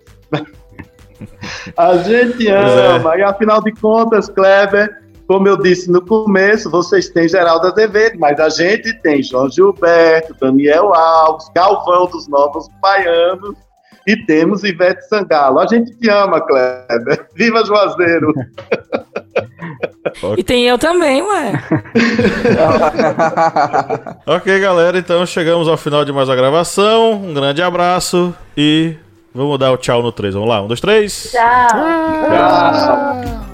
A gente ama. É. E afinal de contas, Kleber, como eu disse no começo, vocês têm Geraldo Azevedo, mas a gente tem João Gilberto, Daniel Alves, Galvão dos Novos Baianos e temos Ivete Sangalo. A gente te ama, Kleber. Viva Juazeiro! E tem eu também, ué. Ok, galera, então chegamos ao final de mais uma gravação. Um grande abraço e vamos dar o tchau no três. Vamos lá, um, dois, três. Tchau. Tchau.